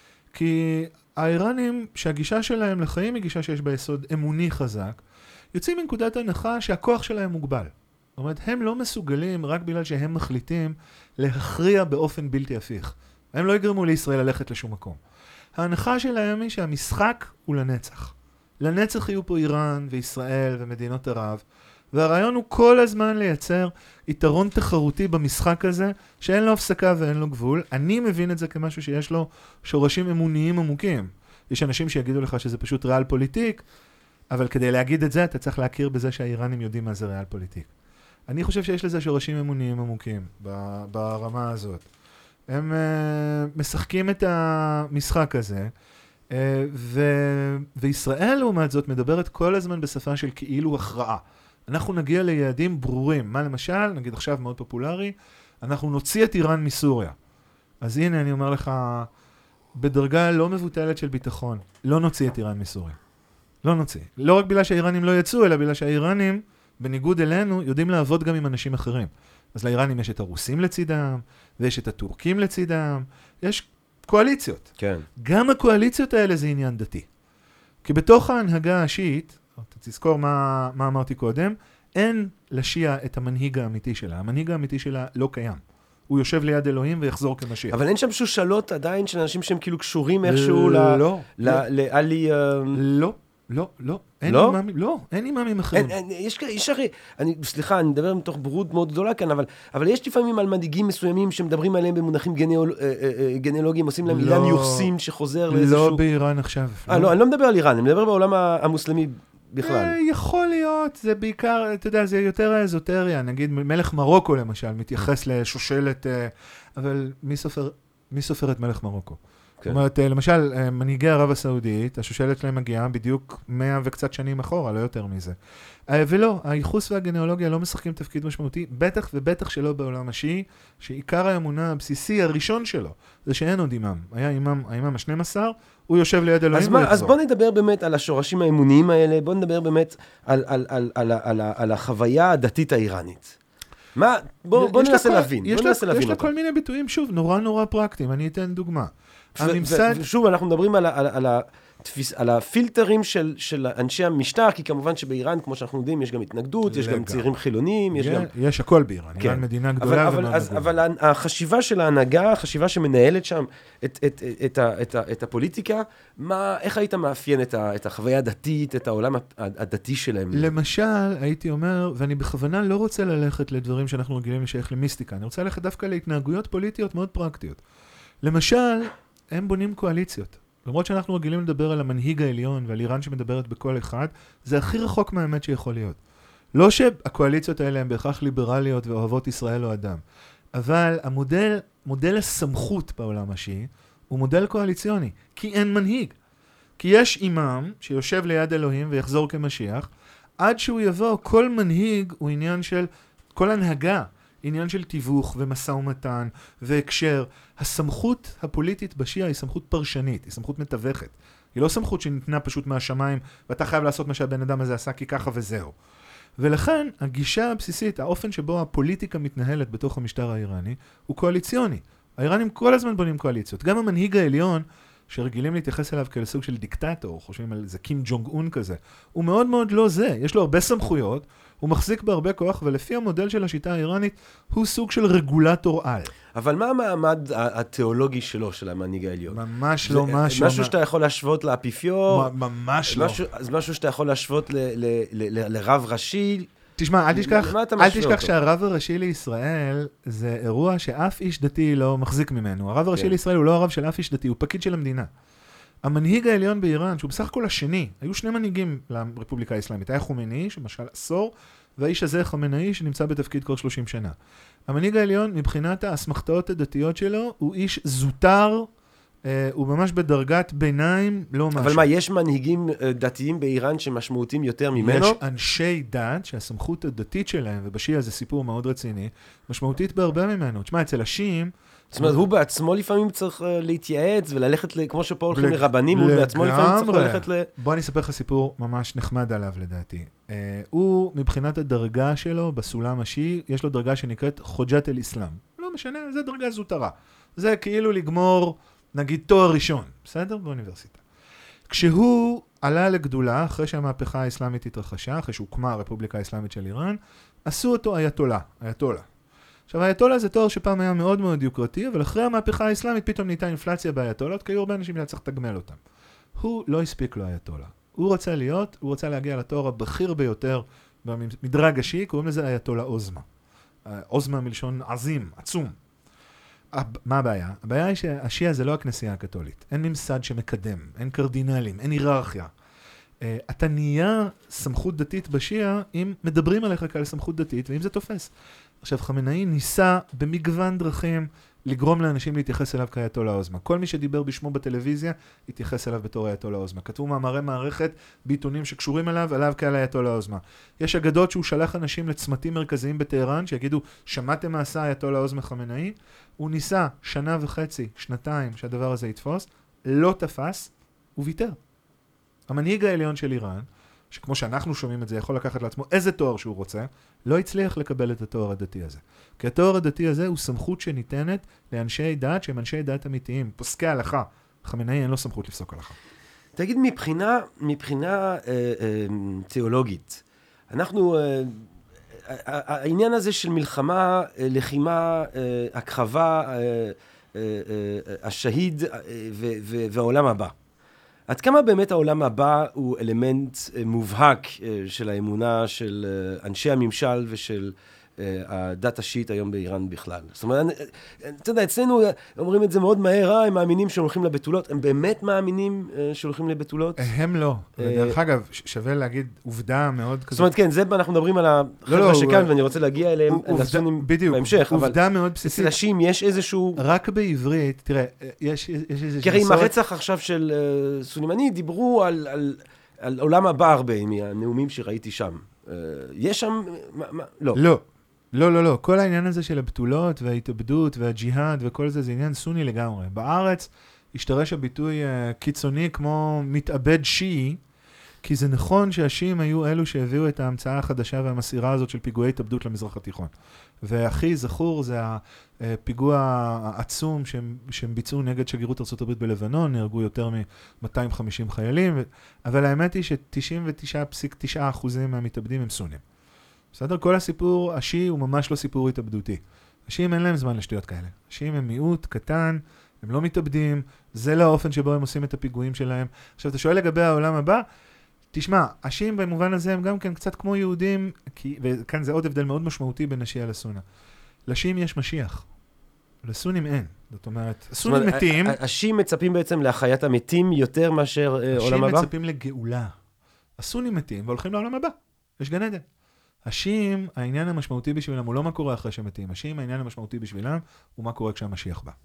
כי האיראנים, שהגישה שלהם לחיים היא גישה שיש בה יסוד אמוני חזק, יוצאים מנקודת הנחה שהכוח שלהם מוגבל. זאת אומרת, הם לא מסוגלים רק בגלל שהם מחליטים להכריע באופן בלתי הפיך. הם לא יגרמו לישראל ללכת לשום מקום. ההנחה שלהם היא שהמשחק הוא לנצח. לנצח יהיו פה איראן וישראל ומדינות ערב, והרעיון הוא כל הזמן לייצר יתרון תחרותי במשחק הזה, שאין לו הפסקה ואין לו גבול. אני מבין את זה כמשהו שיש לו שורשים אמוניים עמוקים. יש אנשים שיגידו לך שזה פשוט ריאל פוליטיק, אבל כדי להגיד את זה, אתה צריך להכיר בזה שהאיראנים יודעים מה זה ריאל פוליטיק. אני חושב שיש לזה שורשים אמוניים עמוקים ברמה הזאת. הם uh, משחקים את המשחק הזה, uh, ו- וישראל לעומת זאת מדברת כל הזמן בשפה של כאילו הכרעה. אנחנו נגיע ליעדים ברורים. מה למשל, נגיד עכשיו מאוד פופולרי, אנחנו נוציא את איראן מסוריה. אז הנה אני אומר לך, בדרגה לא מבוטלת של ביטחון, לא נוציא את איראן מסוריה. לא נוציא. לא רק בגלל שהאיראנים לא יצאו, אלא בגלל שהאיראנים, בניגוד אלינו, יודעים לעבוד גם עם אנשים אחרים. אז לאיראנים יש את הרוסים לצידם, ויש את הטורקים לצידם, יש קואליציות. כן. גם הקואליציות האלה זה עניין דתי. כי בתוך ההנהגה השיעית, אתה תזכור מה, מה אמרתי קודם, אין לשיעה את המנהיג האמיתי שלה. המנהיג האמיתי שלה לא קיים. הוא יושב ליד אלוהים ויחזור כמשיח. אבל אין שם שושלות עדיין של אנשים שהם כאילו קשורים איכשהו ל... לא. לאלי... לא. לא, לא. אין לא? אימאמים, לא, אין אימאמים אחרים. אין, אין, יש, יש הרי, אני, סליחה, אני מדבר מתוך ברות מאוד גדולה כאן, אבל, אבל יש לפעמים על מנהיגים מסוימים שמדברים עליהם במונחים גניאול, אה, אה, גניאולוגיים, עושים להם אילן יוחסין שחוזר לאיזשהו... לא באיראן עכשיו. אה, לא, אני לא מדבר על איראן, אני מדבר בעולם המוסלמי בכלל. יכול להיות, זה בעיקר, אתה יודע, זה יותר האזוטריה, נגיד מלך מרוקו למשל, מתייחס לשושלת, אבל מי סופר, מי סופר את מלך מרוקו? זאת אומרת, למשל, מנהיגי ערב הסעודית, השושלת שלהם מגיעה בדיוק מאה וקצת שנים אחורה, לא יותר מזה. ולא, הייחוס והגנאולוגיה לא משחקים תפקיד משמעותי, בטח ובטח שלא בעולם השיעי, שעיקר האמונה הבסיסי הראשון שלו, זה שאין עוד אימם. היה אימם, האימם ה-שנים עשר, הוא יושב ליד אלוהים ויחזור. אז בוא נדבר באמת על השורשים האמוניים האלה, בוא נדבר באמת על, על, על, על, על, על החוויה הדתית האיראנית. מה, בוא, בוא ננסה להבין, בוא ננסה להבין אותה. יש לה כל מיני ביטויים, שוב, נורא נורא פרקטיים, אני אתן דוגמה. הממסד... ושוב, אנחנו מדברים על, על, על, התפיס, על הפילטרים של, של אנשי המשטר, כי כמובן שבאיראן, כמו שאנחנו יודעים, יש גם התנגדות, יש גם צעירים חילונים, יש גם... יש הכל באיראן, איראן מדינה גדולה. אבל החשיבה של ההנהגה, החשיבה שמנהלת שם את הפוליטיקה, איך היית מאפיין את החוויה הדתית, את העולם הדתי שלהם? למשל, הייתי אומר, ואני בכוונה לא רוצה ללכת לדברים שאנחנו רגילים לשייך למיסטיקה, אני רוצה ללכת דווקא להתנהגויות פוליטיות מאוד פרקטיות. למשל, הם בונים קואליציות. למרות שאנחנו רגילים לדבר על המנהיג העליון ועל איראן שמדברת בכל אחד, זה הכי רחוק מהאמת שיכול להיות. לא שהקואליציות האלה הן בהכרח ליברליות ואוהבות ישראל או אדם, אבל המודל, מודל הסמכות בעולם השיעי, הוא מודל קואליציוני, כי אין מנהיג. כי יש אימם שיושב ליד אלוהים ויחזור כמשיח, עד שהוא יבוא, כל מנהיג הוא עניין של, כל הנהגה, עניין של תיווך ומשא ומתן והקשר. הסמכות הפוליטית בשיעה היא סמכות פרשנית, היא סמכות מתווכת. היא לא סמכות שניתנה פשוט מהשמיים, ואתה חייב לעשות מה שהבן אדם הזה עשה כי ככה וזהו. ולכן הגישה הבסיסית, האופן שבו הפוליטיקה מתנהלת בתוך המשטר האיראני, הוא קואליציוני. האיראנים כל הזמן בונים קואליציות. גם המנהיג העליון, שרגילים להתייחס אליו כאל סוג של דיקטטור, חושבים על זה קים ג'ונג און כזה, הוא מאוד מאוד לא זה. יש לו הרבה סמכויות, הוא מחזיק בהרבה כוח, ולפי המודל של השיטה האיראנית, הוא סוג של רגולטור על. אבל מה המעמד התיאולוגי שלו, של המנהיג העליון? ממש לא משהו. משהו שאתה יכול להשוות לאפיפיור? ממש לא. זה משהו שאתה יכול להשוות לרב ראשי? תשמע, אל תשכח, אל תשכח שהרב הראשי לישראל זה אירוע שאף איש דתי לא מחזיק ממנו. הרב הראשי לישראל הוא לא הרב של אף איש דתי, הוא פקיד של המדינה. המנהיג העליון באיראן, שהוא בסך הכל השני, היו שני מנהיגים לרפובליקה האסלאמית. היה חומייני, שמשל עשור, והאיש הזה חמינאי, שנמצא בתפקיד כבר שלושים שנה. המנהיג העליון, מבחינת האסמכתאות הדתיות שלו, הוא איש זוטר, אה, הוא ממש בדרגת ביניים, לא משהו. אבל מה, יש מנהיגים דתיים באיראן שמשמעותיים יותר ממנו? יש אנשי דת, שהסמכות הדתית שלהם, ובשיעה זה סיפור מאוד רציני, משמעותית בהרבה ממנו. תשמע, אצל השיעים, זאת אומרת, הוא בעצמו לפעמים צריך להתייעץ וללכת, כמו שפה הולכים לרבנים, הוא בעצמו לפעמים צריך ללכת ל... בוא אני אספר לך סיפור ממש נחמד עליו לדעתי. הוא, מבחינת הדרגה שלו בסולם השיעי, יש לו דרגה שנקראת חוג'ת אל איסלאם. לא משנה, זה דרגה זוטרה. זה כאילו לגמור, נגיד, תואר ראשון, בסדר? באוניברסיטה. כשהוא עלה לגדולה, אחרי שהמהפכה האסלאמית התרחשה, אחרי שהוקמה הרפובליקה האסלאמית של איראן, עשו אותו אייתולה, אייתולה. עכשיו, האייתולה זה תואר שפעם היה מאוד מאוד יוקרתי, אבל אחרי המהפכה האסלאמית פתאום נהייתה אינפלציה באייתולות, כי היו הרבה אנשים שצריך לתגמל אותם. הוא לא הספיק לו אייתולה. הוא רוצה להיות, הוא רוצה להגיע לתואר הבכיר ביותר במדרג השיעי, קוראים לזה אייתולה עוזמה. עוזמה מלשון עזים, עצום. מה הבעיה? הבעיה היא שהשיעה זה לא הכנסייה הקתולית. אין ממסד שמקדם, אין קרדינלים, אין היררכיה. אתה נהיה סמכות דתית בשיעה אם מדברים עליך כאל סמכות דתית, ואם זה תופס. עכשיו, חמינאי ניסה במגוון דרכים לגרום לאנשים להתייחס אליו כאייתולה עוזמה. כל מי שדיבר בשמו בטלוויזיה, התייחס אליו בתור אייתולה עוזמה. כתבו מאמרי מערכת בעיתונים שקשורים אליו, עליו כאל אייתולה עוזמה. יש אגדות שהוא שלח אנשים לצמתים מרכזיים בטהרן, שיגידו, שמעתם מה עשה אייתולה עוזמה חמינאי? הוא ניסה שנה וחצי, שנתיים, שהדבר הזה יתפוס, לא תפס, וויתר. המנהיג העליון של איראן, שכמו שאנחנו שומעים את זה, יכול לקחת לעצמו איזה תואר שהוא רוצה, לא הצליח לקבל את התואר הדתי הזה. כי התואר הדתי הזה הוא סמכות שניתנת לאנשי דת, שהם אנשי דת אמיתיים, פוסקי הלכה. חמינאי אין לו סמכות לפסוק הלכה. תגיד, מבחינה, מבחינה אה, אה, תיאולוגית, אנחנו, אה, העניין הזה של מלחמה, אה, לחימה, אה, הקרבה, אה, אה, אה, השהיד אה, ו, ו, והעולם הבא. עד כמה באמת העולם הבא הוא אלמנט מובהק של האמונה של אנשי הממשל ושל הדת השיעית היום באיראן בכלל. זאת אומרת, אתה יודע, אצלנו אומרים את זה מאוד מהר, הם מאמינים שהולכים לבתולות, הם באמת מאמינים שהולכים לבתולות? הם לא. דרך אגב, שווה להגיד עובדה מאוד כזאת. זאת אומרת, כן, זה אנחנו מדברים על החבר'ה שכאן, ואני רוצה להגיע אליהם, לסונים בהמשך. עובדה מאוד בסיסית. אצל השיעים יש איזשהו... רק בעברית, תראה, יש איזושהי... כי הרי עם הרצח עכשיו של סולימני, דיברו על עולם הבא הרבה, מהנאומים שראיתי שם. יש שם... לא. לא. לא, לא, לא. כל העניין הזה של הבתולות וההתאבדות והג'יהאד וכל זה, זה עניין סוני לגמרי. בארץ השתרש הביטוי uh, קיצוני כמו מתאבד שיעי, כי זה נכון שהשיעים היו אלו שהביאו את ההמצאה החדשה והמסירה הזאת של פיגועי התאבדות למזרח התיכון. והכי זכור זה הפיגוע העצום שהם, שהם ביצעו נגד שגרירות ארצות הברית בלבנון, נהרגו יותר מ-מאתיים וחמישים חיילים, אבל האמת היא ש-תשעים ותשע נקודה תשע אחוזים מהמתאבדים הם סונים. בסדר? כל הסיפור השיעי הוא ממש לא סיפור התאבדותי. השיעים אין להם זמן לשטויות כאלה. השיעים הם מיעוט קטן, הם לא מתאבדים, זה לא האופן שבו הם עושים את הפיגועים שלהם. עכשיו, אתה שואל לגבי העולם הבא, תשמע, השיעים במובן הזה הם גם כן קצת כמו יהודים, כי, וכאן זה עוד הבדל מאוד משמעותי בין השיעה לסונה. לשיעים יש משיח, לסונים אין. זאת אומרת, הסונים מתים... השיעים מצפים בעצם להחיית המתים יותר מאשר עולם הבא? השיעים מצפים לגאולה. הסונים מתים והולכים לעולם הבא. יש גן עדן. השיעים, העניין המשמעותי בשבילם הוא לא מה קורה אחרי שמתים. השיעים, העניין המשמעותי בשבילם הוא מה קורה כשהמשיח בא.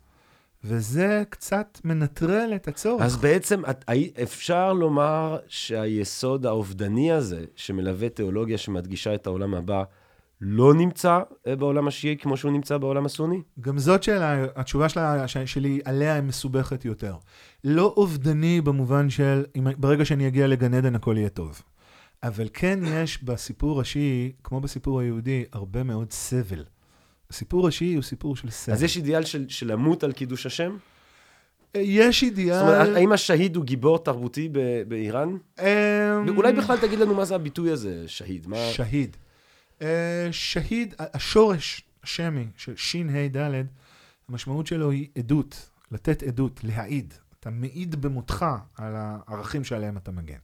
וזה קצת מנטרל את הצורך. אז בעצם אפשר לומר שהיסוד האובדני הזה, שמלווה תיאולוגיה שמדגישה את העולם הבא, לא נמצא בעולם השיעי כמו שהוא נמצא בעולם הסוני? גם זאת שאלה, התשובה שלה, שלי עליה היא מסובכת יותר. לא אובדני במובן של, ברגע שאני אגיע לגן עדן הכל יהיה טוב. אבל כן יש בסיפור השיעי, כמו בסיפור היהודי, הרבה מאוד סבל. הסיפור השיעי הוא סיפור של סבל. אז יש אידיאל של, של למות על קידוש השם? יש אידיאל... זאת אומרת, האם השהיד הוא גיבור תרבותי ב- באיראן? אולי בכלל תגיד לנו מה זה הביטוי הזה, שהיד. מה... שהיד. שהיד, השורש השמי של שין ה' ד', המשמעות שלו היא עדות, לתת עדות, להעיד. אתה מעיד במותך על הערכים שעליהם אתה מגן.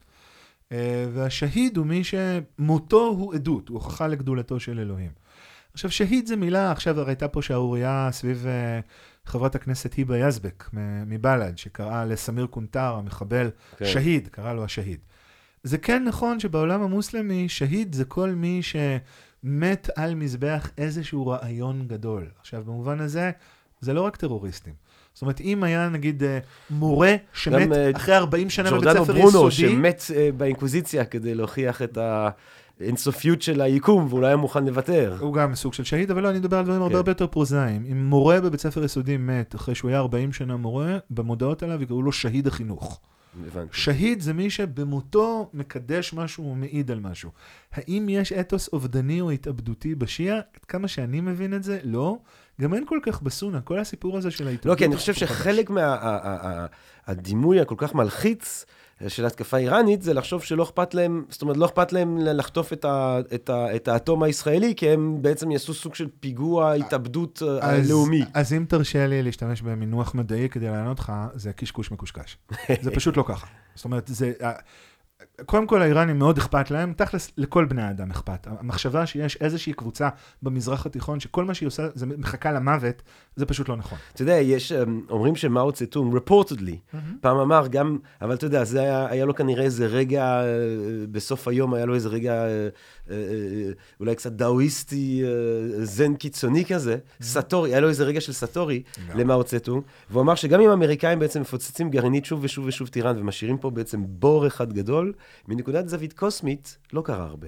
והשהיד הוא מי שמותו הוא עדות, הוא הוכחה לגדולתו של אלוהים. עכשיו, שהיד זה מילה, עכשיו הייתה פה שערוריה סביב uh, חברת הכנסת היבה יזבק מבל"ד, שקראה לסמיר קונטר, המחבל, okay. שהיד, קרא לו השהיד. זה כן נכון שבעולם המוסלמי, שהיד זה כל מי שמת על מזבח איזשהו רעיון גדול. עכשיו, במובן הזה, זה לא רק טרוריסטים. זאת אומרת, אם היה, נגיד, מורה שמת גם, אחרי ארבעים שנה בבית ספר יסודי... ג'ורדנו ברונו, שמת באינקוויזיציה כדי להוכיח את האינסופיות של היקום, ואולי היה מוכן לוותר. הוא גם סוג של שהיד, אבל לא, אני מדבר על דברים כן. הרבה הרבה יותר פרוזאיים. אם מורה בבית ספר יסודי מת אחרי שהוא היה ארבעים שנה מורה, במודעות עליו יקראו לו שהיד החינוך. הבנתי. שהיד זה מי שבמותו מקדש משהו ומעיד על משהו. האם יש אתוס אובדני או התאבדותי בשיעה? כמה שאני מבין את זה, לא. גם אין כל כך בסונה, כל הסיפור הזה של ההתאבדות. לא, כי אני חושב שחלק מהדימוי הכל כך מלחיץ של התקפה איראנית, זה לחשוב שלא אכפת להם, זאת אומרת, לא אכפת להם לחטוף את, ה, את, ה, את האטום הישראלי, כי הם בעצם יעשו סוג של פיגוע התאבדות אז, לאומי. אז אם תרשה לי להשתמש במינוח מדעי כדי לענות לך, זה קשקוש מקושקש. זה פשוט לא ככה. זאת אומרת, זה... קודם כל, האיראנים מאוד אכפת להם, תכלס לכל בני האדם אכפת. המחשבה שיש איזושהי קבוצה במזרח התיכון, שכל מה שהיא עושה זה מחכה למוות, זה פשוט לא נכון. אתה יודע, יש, אומרים שמאו צטונג, reportedly, פעם אמר גם, אבל אתה יודע, זה היה, היה לו כנראה איזה רגע, בסוף היום היה לו איזה רגע, אולי קצת דאואיסטי, זן קיצוני כזה, סטורי, היה לו איזה רגע של סטורי למאו צטונג, והוא אמר שגם אם האמריקאים בעצם מפוצצים גרעינית שוב ושוב ושוב טיראן, ומשאירים פה בעצם בור אחד גדול, מנקודת זווית קוסמית, לא קרה הרבה.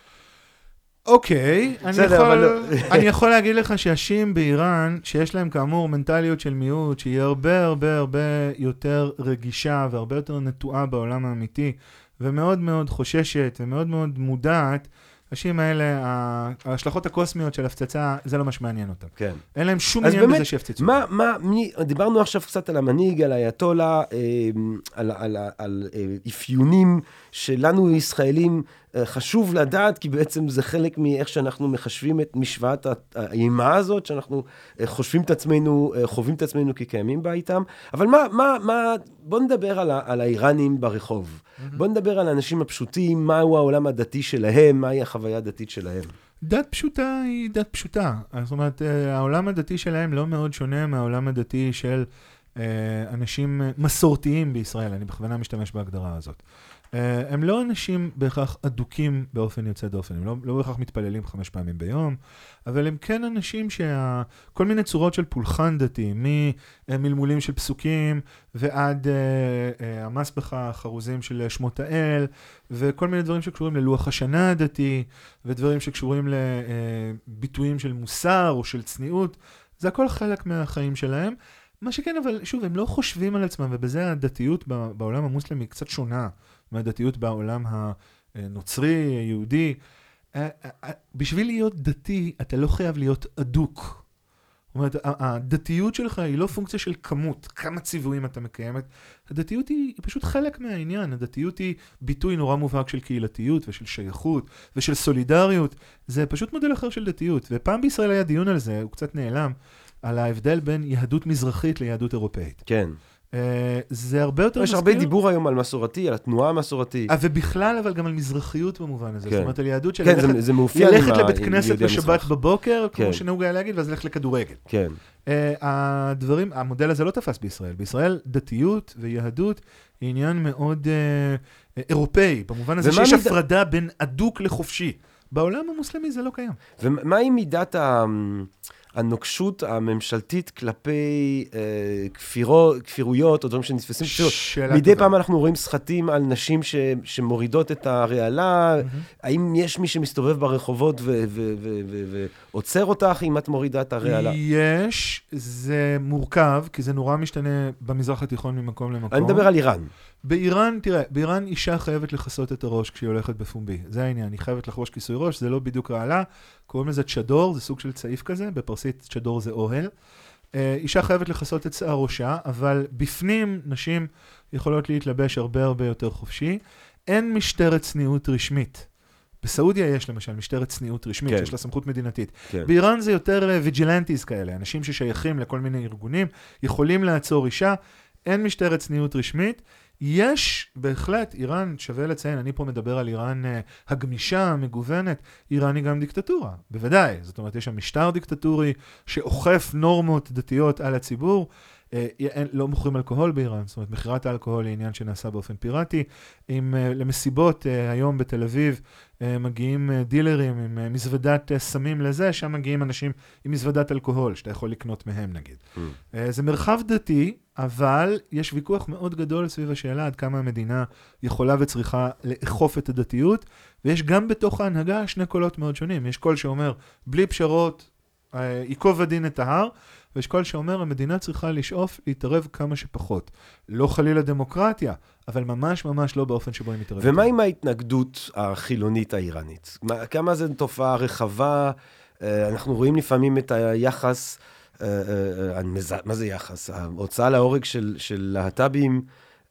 אוקיי, אני יכול להגיד לך שהשיעים באיראן, שיש להם כאמור מנטליות של מיעוט, שהיא הרבה הרבה הרבה יותר רגישה, והרבה יותר נטועה בעולם האמיתי, ומאוד מאוד חוששת, ומאוד מאוד מודעת, השיעים האלה, ההשלכות הקוסמיות של הפצצה, זה לא מה שמעניין אותם. כן. אין להם שום עניין בזה שיפצצו. מה, מה, מי, דיברנו עכשיו קצת על המנהיג, על האייתולה, על, על, על אפיונים שלנו ישראלים חשוב לדעת, כי בעצם זה חלק מאיך שאנחנו מחשבים את משוואת האימה הזאת, שאנחנו חושבים את עצמנו, חווים את עצמנו כקיימים בה איתם. אבל מה, מה, מה, בוא נדבר על, על האיראנים ברחוב. בוא נדבר על האנשים הפשוטים, מהו העולם הדתי שלהם, מהי החוויה הדתית שלהם. דת פשוטה היא דת פשוטה. זאת אומרת, העולם הדתי שלהם לא מאוד שונה מהעולם הדתי של אנשים מסורתיים בישראל. אני בכוונה משתמש בהגדרה הזאת. הם לא אנשים בהכרח אדוקים באופן יוצא דופן, הם לא, לא בהכרח מתפללים חמש פעמים ביום, אבל הם כן אנשים שכל מיני צורות של פולחן דתי, ממלמולים של פסוקים ועד uh, המסבך החרוזים של שמות האל, וכל מיני דברים שקשורים ללוח השנה הדתי, ודברים שקשורים לביטויים של מוסר או של צניעות, זה הכל חלק מהחיים שלהם. מה שכן, אבל שוב, הם לא חושבים על עצמם, ובזה הדתיות בעולם המוסלמי קצת שונה מהדתיות בעולם הנוצרי, היהודי. בשביל להיות דתי, אתה לא חייב להיות אדוק. זאת אומרת, הדתיות שלך היא לא פונקציה של כמות, כמה ציוויים אתה מקיימת. הדתיות היא, היא פשוט חלק מהעניין. הדתיות היא ביטוי נורא מובהק של קהילתיות ושל שייכות ושל סולידריות. זה פשוט מודל אחר של דתיות. ופעם בישראל היה דיון על זה, הוא קצת נעלם, על ההבדל בין יהדות מזרחית ליהדות אירופאית. כן. Uh, זה הרבה יותר יש הרבה דיבור היום על מסורתי, על התנועה המסורתית. Uh, ובכלל, אבל גם על מזרחיות במובן הזה. כן. זאת אומרת, על יהדות של כן, ללכת, זה, זה מאופיין ללכת לבית כנסת בשבת בבוקר, כן. כמו שנהוג היה להגיד, ואז ללכת לכדורגל. כן. Uh, הדברים, המודל הזה לא תפס בישראל. בישראל, דתיות ויהדות היא עניין מאוד uh, אירופאי, במובן הזה שיש מיד... הפרדה בין אדוק לחופשי. בעולם המוסלמי זה לא קיים. ומה היא מידת ה... הנוקשות הממשלתית כלפי אה, כפירו, כפירויות או דברים שנתפסים כפירות. מדי טובה. פעם אנחנו רואים סחטים על נשים ש, שמורידות את הרעלה. Mm-hmm. האם יש מי שמסתובב ברחובות ועוצר אותך אם את מורידה את הרעלה? יש, זה מורכב, כי זה נורא משתנה במזרח התיכון ממקום למקום. אני מדבר על איראן. באיראן, תראה, באיראן אישה חייבת לחסות את הראש כשהיא הולכת בפומבי. זה העניין, היא חייבת לחבוש כיסוי ראש, זה לא בדיוק רעלה. קוראים לזה צ'דור, זה סוג של צעיף כזה, בפרסית צ'דור זה אוהל. אישה חייבת לחסות את שיער ראשה, אבל בפנים נשים יכולות להתלבש הרבה הרבה יותר חופשי. אין משטרת צניעות רשמית. בסעודיה יש למשל משטרת צניעות רשמית, כן. שיש לה סמכות מדינתית. כן. באיראן זה יותר ויג'ילנטיז כאלה, אנשים ששייכים לכל מיני ארגונים, יכולים לעצור אישה, אין משטרת צניעות רשמית. יש בהחלט, איראן, שווה לציין, אני פה מדבר על איראן uh, הגמישה, המגוונת, איראן היא גם דיקטטורה, בוודאי. זאת אומרת, יש שם משטר דיקטטורי שאוכף נורמות דתיות על הציבור, uh, לא מוכרים אלכוהול באיראן, זאת אומרת, מחירת האלכוהול היא עניין שנעשה באופן פיראטי. אם uh, למסיבות uh, היום בתל אביב uh, מגיעים uh, דילרים עם uh, מזוודת uh, סמים לזה, שם מגיעים אנשים עם מזוודת אלכוהול, שאתה יכול לקנות מהם נגיד. Mm. Uh, זה מרחב דתי, אבל יש ויכוח מאוד גדול סביב השאלה עד כמה המדינה יכולה וצריכה לאכוף את הדתיות, ויש גם בתוך ההנהגה שני קולות מאוד שונים. יש קול שאומר, בלי פשרות, ייקוב הדין את ההר, ויש קול שאומר, המדינה צריכה לשאוף להתערב כמה שפחות. לא חלילה דמוקרטיה, אבל ממש ממש לא באופן שבו היא מתערבת. ומה עם ההתנגדות החילונית האיראנית? כמה זו תופעה רחבה? אנחנו רואים לפעמים את היחס... מה זה יחס? ההוצאה להורג של, של להט"בים,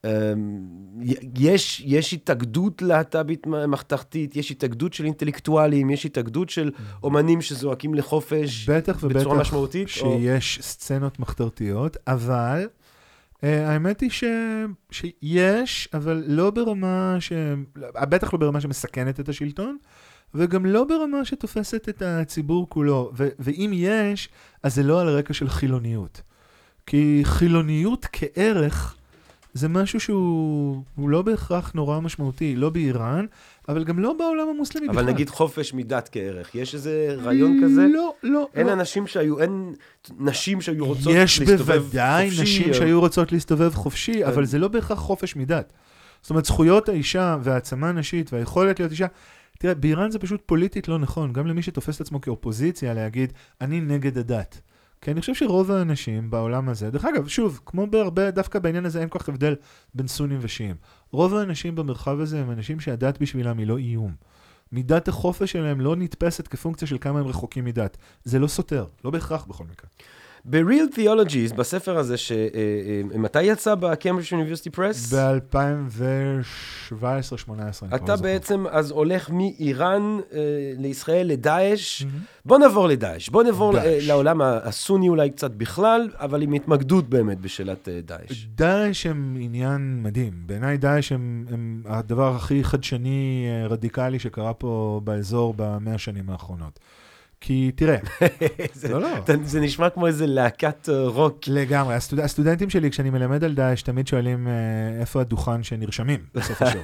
יש, יש התאגדות להט"בית מחתרתית, יש התאגדות של אינטלקטואלים, יש התאגדות של אומנים שזועקים לחופש בטח בצורה משמעותית. בטח שיש או... סצנות מחתרתיות, אבל uh, האמת היא ש... שיש, אבל לא ברמה ש... בטח לא ברמה שמסכנת את השלטון, וגם לא ברמה שתופסת את הציבור כולו. ו- ואם יש, אז זה לא על הרקע של חילוניות. כי חילוניות כערך, זה משהו שהוא לא בהכרח נורא משמעותי, לא באיראן, אבל גם לא בעולם המוסלמי אבל בכלל. נגיד חופש מדת כערך, יש איזה רעיון כזה? לא, לא. אין לא. אנשים שהיו, אין נשים שהיו רוצות להסתובב חופשי? יש בוודאי נשים או... שהיו רוצות להסתובב חופשי, אבל זה לא בהכרח חופש מדת. זאת אומרת, זכויות האישה והעצמה נשית והיכולת להיות אישה, תראה, באיראן זה פשוט פוליטית לא נכון, גם למי שתופס את עצמו כאופוזיציה להגיד, אני נגד הדת. כי אני חושב שרוב האנשים בעולם הזה, דרך אגב, שוב, כמו בהרבה, דווקא בעניין הזה אין כל כך הבדל בין סונים ושיעים. רוב האנשים במרחב הזה הם אנשים שהדת בשבילם היא לא איום. מידת החופש שלהם לא נתפסת כפונקציה של כמה הם רחוקים מדת. זה לא סותר, לא בהכרח בכל מקרה. ב-Real Theologies, בספר הזה, שמתי יצא בקיימברידג' יוניברסיטי פרס? ב-אלפיים שבע עשרה שמונה עשרה. אתה בעצם אז הולך מאיראן לישראל לדאעש. בוא נעבור לדאעש. בוא נעבור לעולם הסוני אולי קצת בכלל, אבל עם התמקדות באמת בשאלת דאעש. דאעש הם עניין מדהים. בעיניי דאעש הם, הם הדבר הכי חדשני, רדיקלי שקרה פה באזור במאה השנים האחרונות. כי תראה, זה, לא, לא. זה נשמע כמו איזה להקת רוק. לגמרי. הסטוד... הסטודנטים שלי, כשאני מלמד על דאעש, תמיד שואלים איפה הדוכן שנרשמים בסוף השיעור.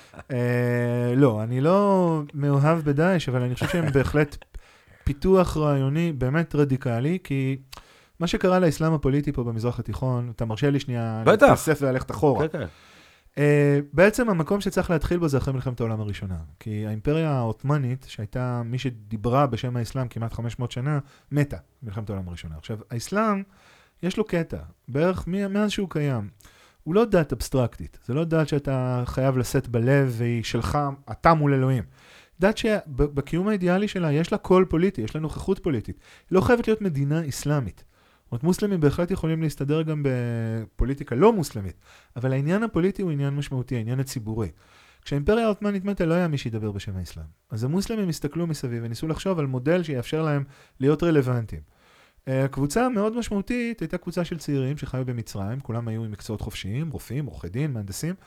לא, אני לא מאוהב בדאעש, אבל אני חושב שהם בהחלט פיתוח רעיוני באמת רדיקלי, כי מה שקרה לאסלאם הפוליטי פה במזרח התיכון, אתה מרשה לי שנייה להתאסף וללכת אחורה. כן, כן. Uh, בעצם המקום שצריך להתחיל בו זה אחרי מלחמת העולם הראשונה. כי האימפריה העות'מאנית, שהייתה מי שדיברה בשם האסלאם כמעט חמש מאות שנה, מתה במלחמת העולם הראשונה. עכשיו, האסלאם, יש לו קטע, בערך מאז שהוא קיים. הוא לא דת אבסטרקטית. זה לא דת שאתה חייב לשאת בלב והיא שלך, אתה מול אלוהים. דת שבקיום האידיאלי שלה יש לה קול פוליטי, יש לה נוכחות פוליטית. היא לא חייבת להיות מדינה אסלאמית. זאת אומרת, מוסלמים בהחלט יכולים להסתדר גם בפוליטיקה לא מוסלמית, אבל העניין הפוליטי הוא עניין משמעותי, העניין הציבורי. כשהאימפריה העות'מאנית מתה, לא היה מי שידבר בשם האסלאם. אז המוסלמים הסתכלו מסביב וניסו לחשוב על מודל שיאפשר להם להיות רלוונטיים. הקבוצה המאוד משמעותית הייתה קבוצה של צעירים שחיו במצרים, כולם היו עם מקצועות חופשיים, רופאים, עורכי דין, מהנדסים,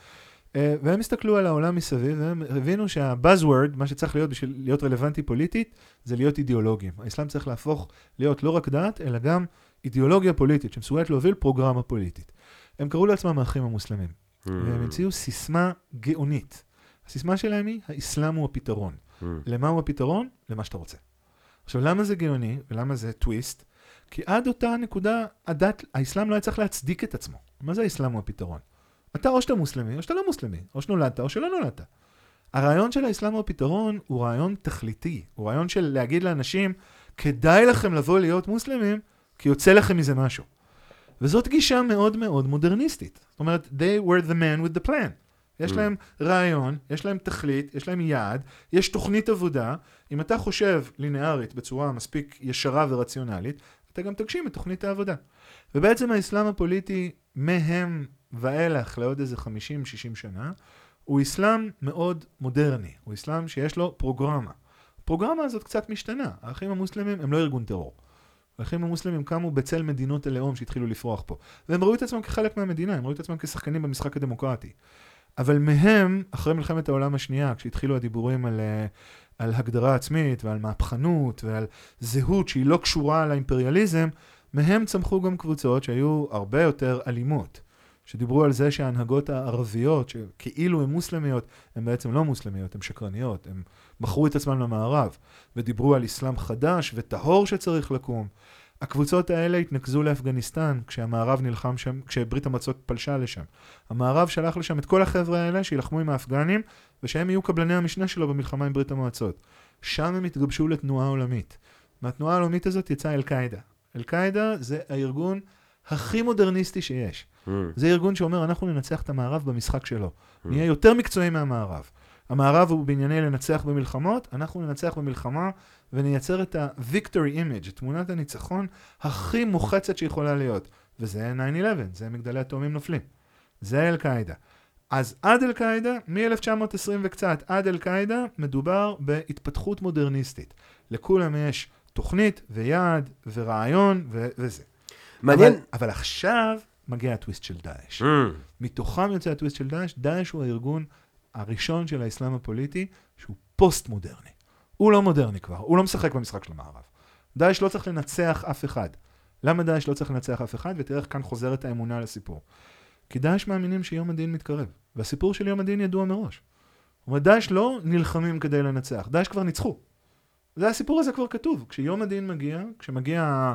והם הסתכלו על העולם מסביב, והם הבינו שהבאזוורד, מה שצריך להיות בשביל להיות רלוונטי פוליטית, זה להיות אידיאולוגים. האסלאם צריך להפוך להיות לא רק דת, אלא גם אידיאולוגיה פוליטית, שמסוגלת להוביל פרוגרמה פוליטית. הם קראו לעצמם האחים המוסלמים, mm. והם המציאו סיסמה גאונית. הסיסמה שלהם היא, האסלאם הוא הפתרון. Mm. למה הוא הפתרון? למה שאתה רוצה. עכשיו, למה זה גאוני, ולמה זה טוויסט? כי עד אותה נקודה, הדת, האסלאם לא היה צריך להצדיק את עצמו. מה זה האסלאם הוא הפתרון? אתה או שאתה מוסלמי, או שאתה לא מוסלמי, או שנולדת, או שלא נולדת. הרעיון של האסלאם הוא הפתרון, הוא רעיון תכליתי. הוא רעיון של להגיד לאנשים, כדאי לכם לבוא להיות מוסלמים, כי יוצא לכם מזה משהו. וזאת גישה מאוד מאוד מודרניסטית. זאת אומרת, they were the man with the plan. יש להם רעיון, יש להם תכלית, יש להם יעד, יש תוכנית עבודה. אם אתה חושב לינארית בצורה מספיק ישרה ורציונלית, אתה גם תגשים את תוכנית העבודה. ובעצם האסלאם הפוליטי מהם ואילך לעוד איזה חמישים שישים שנה, הוא אסלאם מאוד מודרני. הוא אסלאם שיש לו פרוגרמה. הפרוגרמה הזאת קצת משתנה. האחים המוסלמים הם לא ארגון טרור. האחים המוסלמים קמו בצל מדינות הלאום שהתחילו לפרוח פה. והם ראו את עצמם כחלק מהמדינה, הם ראו את עצמם כשחקנים במשחק הדמוקרטי. אבל מהם, אחרי מלחמת העולם השנייה, כשהתחילו הדיבורים על, על הגדרה עצמית ועל מהפכנות ועל זהות שהיא לא קשורה לאימפריאליזם, מהם צמחו גם קבוצות שהיו הרבה יותר אלימות. שדיברו על זה שההנהגות הערביות, שכאילו הן מוסלמיות, הן בעצם לא מוסלמיות, הן שקרניות, הן מכרו את עצמם למערב, ודיברו על אסלאם חדש וטהור שצריך לקום. הקבוצות האלה התנקזו לאפגניסטן, כשהמערב נלחם שם, כשברית המועצות פלשה לשם. המערב שלח לשם את כל החבר'ה האלה שילחמו עם האפגנים, ושהם יהיו קבלני המשנה שלו במלחמה עם ברית המועצות. שם הם התגבשו לתנועה עולמית. מהתנועה העולמית הזאת יצא אל-קאידה. אל-קאידה זה הארגון הכי מודרניסטי שיש. Mm. זה ארגון שאומר, אנחנו ננצח את המערב במשחק שלו. Mm. נהיה יותר מקצועי מהמערב. המערב הוא בענייני לנצח במלחמות, אנחנו ננצח במלחמה ונייצר את ה-victory image, תמונת הניצחון הכי מוחצת שיכולה להיות. וזה nine eleven, זה מגדלי התאומים נופלים. זה אל-קאידה. אז עד אל-קאידה, מ-אלף תשע מאות עשרים וקצת עד אל-קאידה, מדובר בהתפתחות מודרניסטית. לכולם יש תוכנית ויעד ורעיון ו- וזה. מעניין. אבל, אבל עכשיו מגיע הטוויסט של דאעש. Mm. מתוכם יוצא הטוויסט של דאעש. דאעש הוא הארגון הראשון של האסלאם הפוליטי, שהוא פוסט-מודרני. הוא לא מודרני כבר, הוא לא משחק במשחק של המערב. דאעש לא צריך לנצח אף אחד. למה דאעש לא צריך לנצח אף אחד? ותראה איך כאן חוזרת האמונה לסיפור. כי דאעש מאמינים שיום הדין מתקרב, והסיפור של יום הדין ידוע מראש. זאת אומרת, דאעש לא נלחמים כדי לנצח, דאעש כבר ניצחו. זה הסיפור הזה כבר כתוב. כשיום הדין מגיע, כשמגיע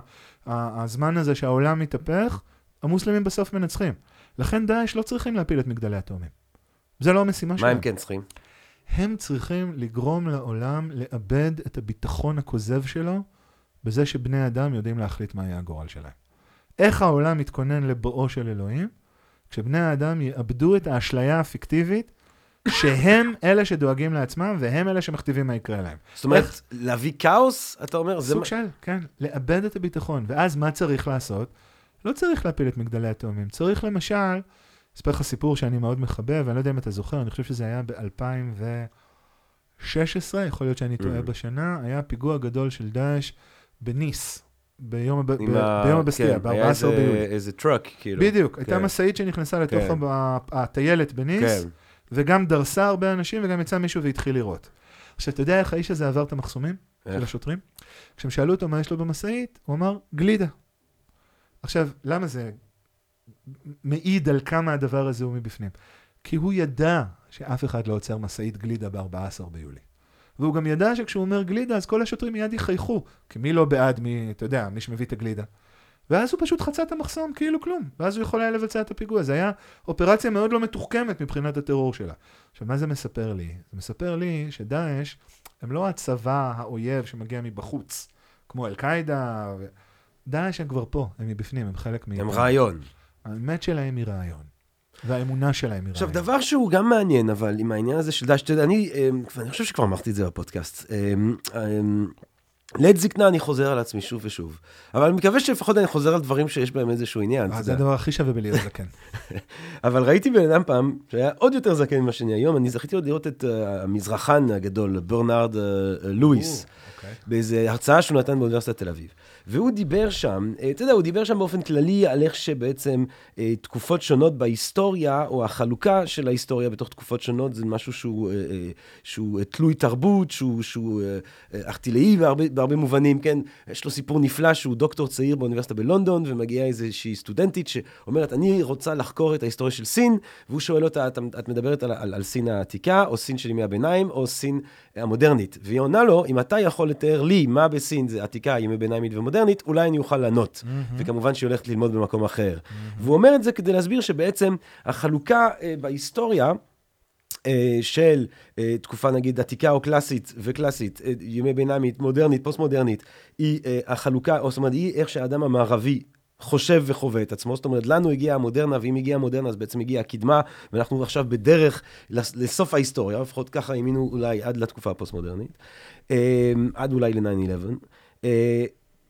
הזמן הזה שהעולם מתהפך, המוסלמים בסוף מנצחים. לכן דאעש לא צריכים להפיל את מגדלי התאומים. זה לא המשימה שלהם. מה הם כן צריכים? הם צריכים לגרום לעולם לאבד את הביטחון הכוזב שלו, בזה שבני אדם יודעים להחליט מה יהיה הגורל שלהם. איך העולם מתכונן לבואו של אלוהים? כשבני האדם יאבדו את האשליה הפיקטיבית, שהם אלה שדואגים לעצמם, והם אלה שמכתיבים מה יקרה להם. זאת אומרת, להביא כאוס, אתה אומר? סוג של, כן, לאבד את הביטחון. ואז מה צריך לעשות? לא צריך להפיל את מגדלי התאומים. צריך למשל, אספר לך סיפור שאני מאוד מחבב, ואני לא יודע אם אתה זוכר, אני חושב שזה היה ב-אלפיים ושש עשרה, יכול להיות שאני טועה בשנה, היה פיגוע גדול של דאעש בניס. ביום הבסטיה, ב-ארבעה עשר ביולי. היה איזה טרק, כאילו. בדיוק, הייתה מסעית שנכנסה לתוך הטיילת בניס, וגם דרסה הרבה אנשים, וגם יצא מישהו והתחיל לראות. עכשיו, אתה יודע איך האיש הזה עבר את המחסומים של השוטרים? כשהם שאלו אותו מה יש לו במסעית, הוא אמר, גלידה. עכשיו, למה זה מעיד על כמה הדבר הזה הוא מבפנים? כי הוא ידע שאף אחד לא עוצר מסעית גלידה ב-ארבעה עשר ביולי. והוא גם ידע שכשהוא אומר גלידה, אז כל השוטרים מיד יחייכו, כי מי לא בעד מי, אתה יודע, מי שמביא את הגלידה. ואז הוא פשוט חצה את המחסום, כאילו כלום. ואז הוא יכול היה לבצע את הפיגוע. זה היה אופרציה מאוד לא מתוחכמת מבחינת הטרור שלה. עכשיו, מה זה מספר לי? זה מספר לי שדאעש, הם לא הצבא, האויב שמגיע מבחוץ, כמו אל-קאידה. ו... דאעש הם כבר פה, הם מבפנים, הם חלק מ... הם רעיון. האמת שלהם היא רעיון. והאמונה שלהם היא רעיון. עכשיו, דבר שהוא גם מעניין, אבל עם העניין הזה של דאעש, אני, אני חושב שכבר אמרתי את זה בפודקאסט. לעת זקנה אני חוזר על עצמי שוב ושוב. אבל אני מקווה שלפחות אני חוזר על דברים שיש בהם איזשהו עניין. זה הדבר הכי שווה בלהיות זקן. אבל ראיתי בן אדם פעם, שהיה עוד יותר זקן ממה שאני היום, אני זכיתי עוד לראות את המזרחן הגדול, ברנרד לואיס, באיזו הרצאה שהוא נתן באוניברסיטת תל אביב. והוא דיבר שם, אתה יודע, הוא דיבר שם באופן כללי על איך שבעצם תקופות שונות בהיסטוריה, או החלוקה של ההיסטוריה בתוך תקופות שונות, זה משהו שהוא, שהוא תלוי תרבות, שהוא, שהוא ארטילאי בהרבה, בהרבה מובנים, כן? יש לו סיפור נפלא שהוא דוקטור צעיר באוניברסיטה בלונדון, ומגיעה איזושהי סטודנטית שאומרת, אני רוצה לחקור את ההיסטוריה של סין, והוא שואל אותה, את, את מדברת על, על, על סין העתיקה, או סין של ימי הביניים, או סין המודרנית. והיא עונה לו, אם אתה יכול לתאר לי מה בסין זה עתיקה, ימי ביניימית ומודרנית, אולי אני אוכל לענות. Mm-hmm. וכמובן שהיא הולכת ללמוד במקום אחר. Mm-hmm. והוא אומר את זה כדי להסביר שבעצם החלוקה אה, בהיסטוריה, אה, של אה, תקופה נגיד עתיקה או קלאסית וקלאסית, אה, ימי ביניימית, מודרנית, פוסט-מודרנית, היא אה, החלוקה, או זאת אומרת, היא איך שהאדם המערבי חושב וחווה את עצמו, זאת אומרת, לנו הגיעה המודרנה, ואם הגיעה המודרנה, אז בעצם הגיעה הקדמה, ואנחנו עכשיו בדרך לסוף ההיסטוריה, לפחות ככה האמינו אולי עד לתקופה הפוסט-מודרנית, אה, עד אולי ל-תשע אחת עשרה, אה,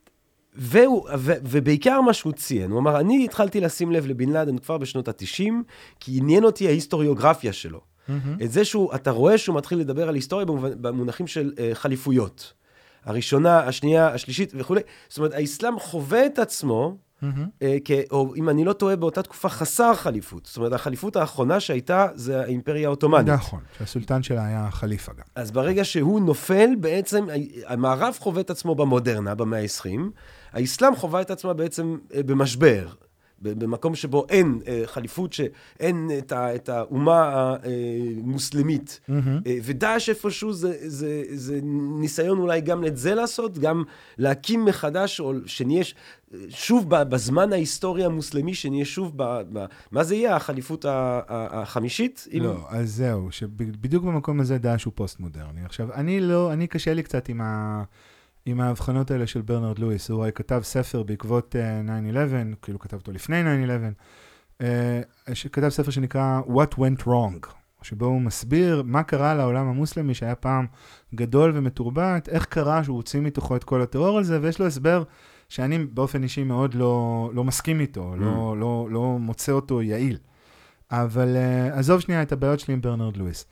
והוא, ו, ובעיקר מה שהוא ציין, הוא אמר, אני התחלתי לשים לב לבן לאדן כבר בשנות ה-תשעים, כי עניין אותי ההיסטוריוגרפיה שלו. Mm-hmm. את זה שהוא, אתה רואה שהוא מתחיל לדבר על היסטוריה במונחים של uh, חליפויות. הראשונה, השנייה, השלישית וכו'. זאת אומרת, האסלאם חווה את עצמו, mm-hmm. uh, כ, או אם אני לא טועה, באותה תקופה חסר חליפות. זאת אומרת, החליפות האחרונה שהייתה, זה האימפריה האוטומנית. נכון, שהסולטן שלה היה חליפה גם. אז ברגע שהוא נופל, בעצם, המערב חווה את עצמו במודרנה, במאה ה-עשרים, האסלאם חווה את עצמה בעצם במשבר, במקום שבו אין חליפות, שאין את, ה, את האומה המוסלמית. Mm-hmm. ודאעש איפשהו זה, זה, זה ניסיון אולי גם את זה לעשות, גם להקים מחדש, או שנהיה שוב בזמן ההיסטוריה המוסלמי, שנהיה שוב, ב, ב, מה זה יהיה? החליפות החמישית? לא, עם... אז זהו, שבדיוק במקום הזה דאעש הוא פוסט-מודרני. עכשיו, אני לא, אני קשה לי קצת עם ה... עם ההבחנות האלה של ברנרד לואיס. הוא כתב ספר בעקבות uh, תשע אחת עשרה, כאילו כתב אותו לפני תשע אחת עשרה, uh, שכתב ספר שנקרא What Went Wrong, שבו הוא מסביר מה קרה לעולם המוסלמי שהיה פעם גדול ומתורבת, איך קרה שהוא הוציא מתוכו את כל הטרור הזה, ויש לו הסבר שאני באופן אישי מאוד לא, לא מסכים איתו, mm. לא, לא, לא מוצא אותו יעיל. אבל uh, עזוב שנייה את הבעיות שלי עם ברנרד לואיס.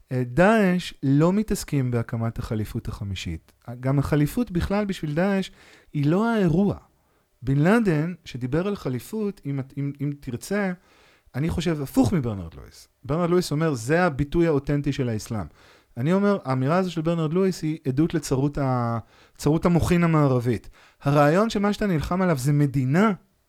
דאעש לא מתעסקים בהקמת החליפות החמישית. גם החליפות בכלל בשביל דאעש היא לא האירוע. בן לאדן, שדיבר על חליפות, אם, אם, אם תרצה, אני חושב הפוך מברנרד לואיס. ברנרד לואיס אומר, זה הביטוי האותנטי של האסלאם. אני אומר, האמירה הזו של ברנרד לואיס היא עדות לצרות ה, צרות המוחין המערבית. הרעיון שמה שאתה נלחם עליו זה מדינה,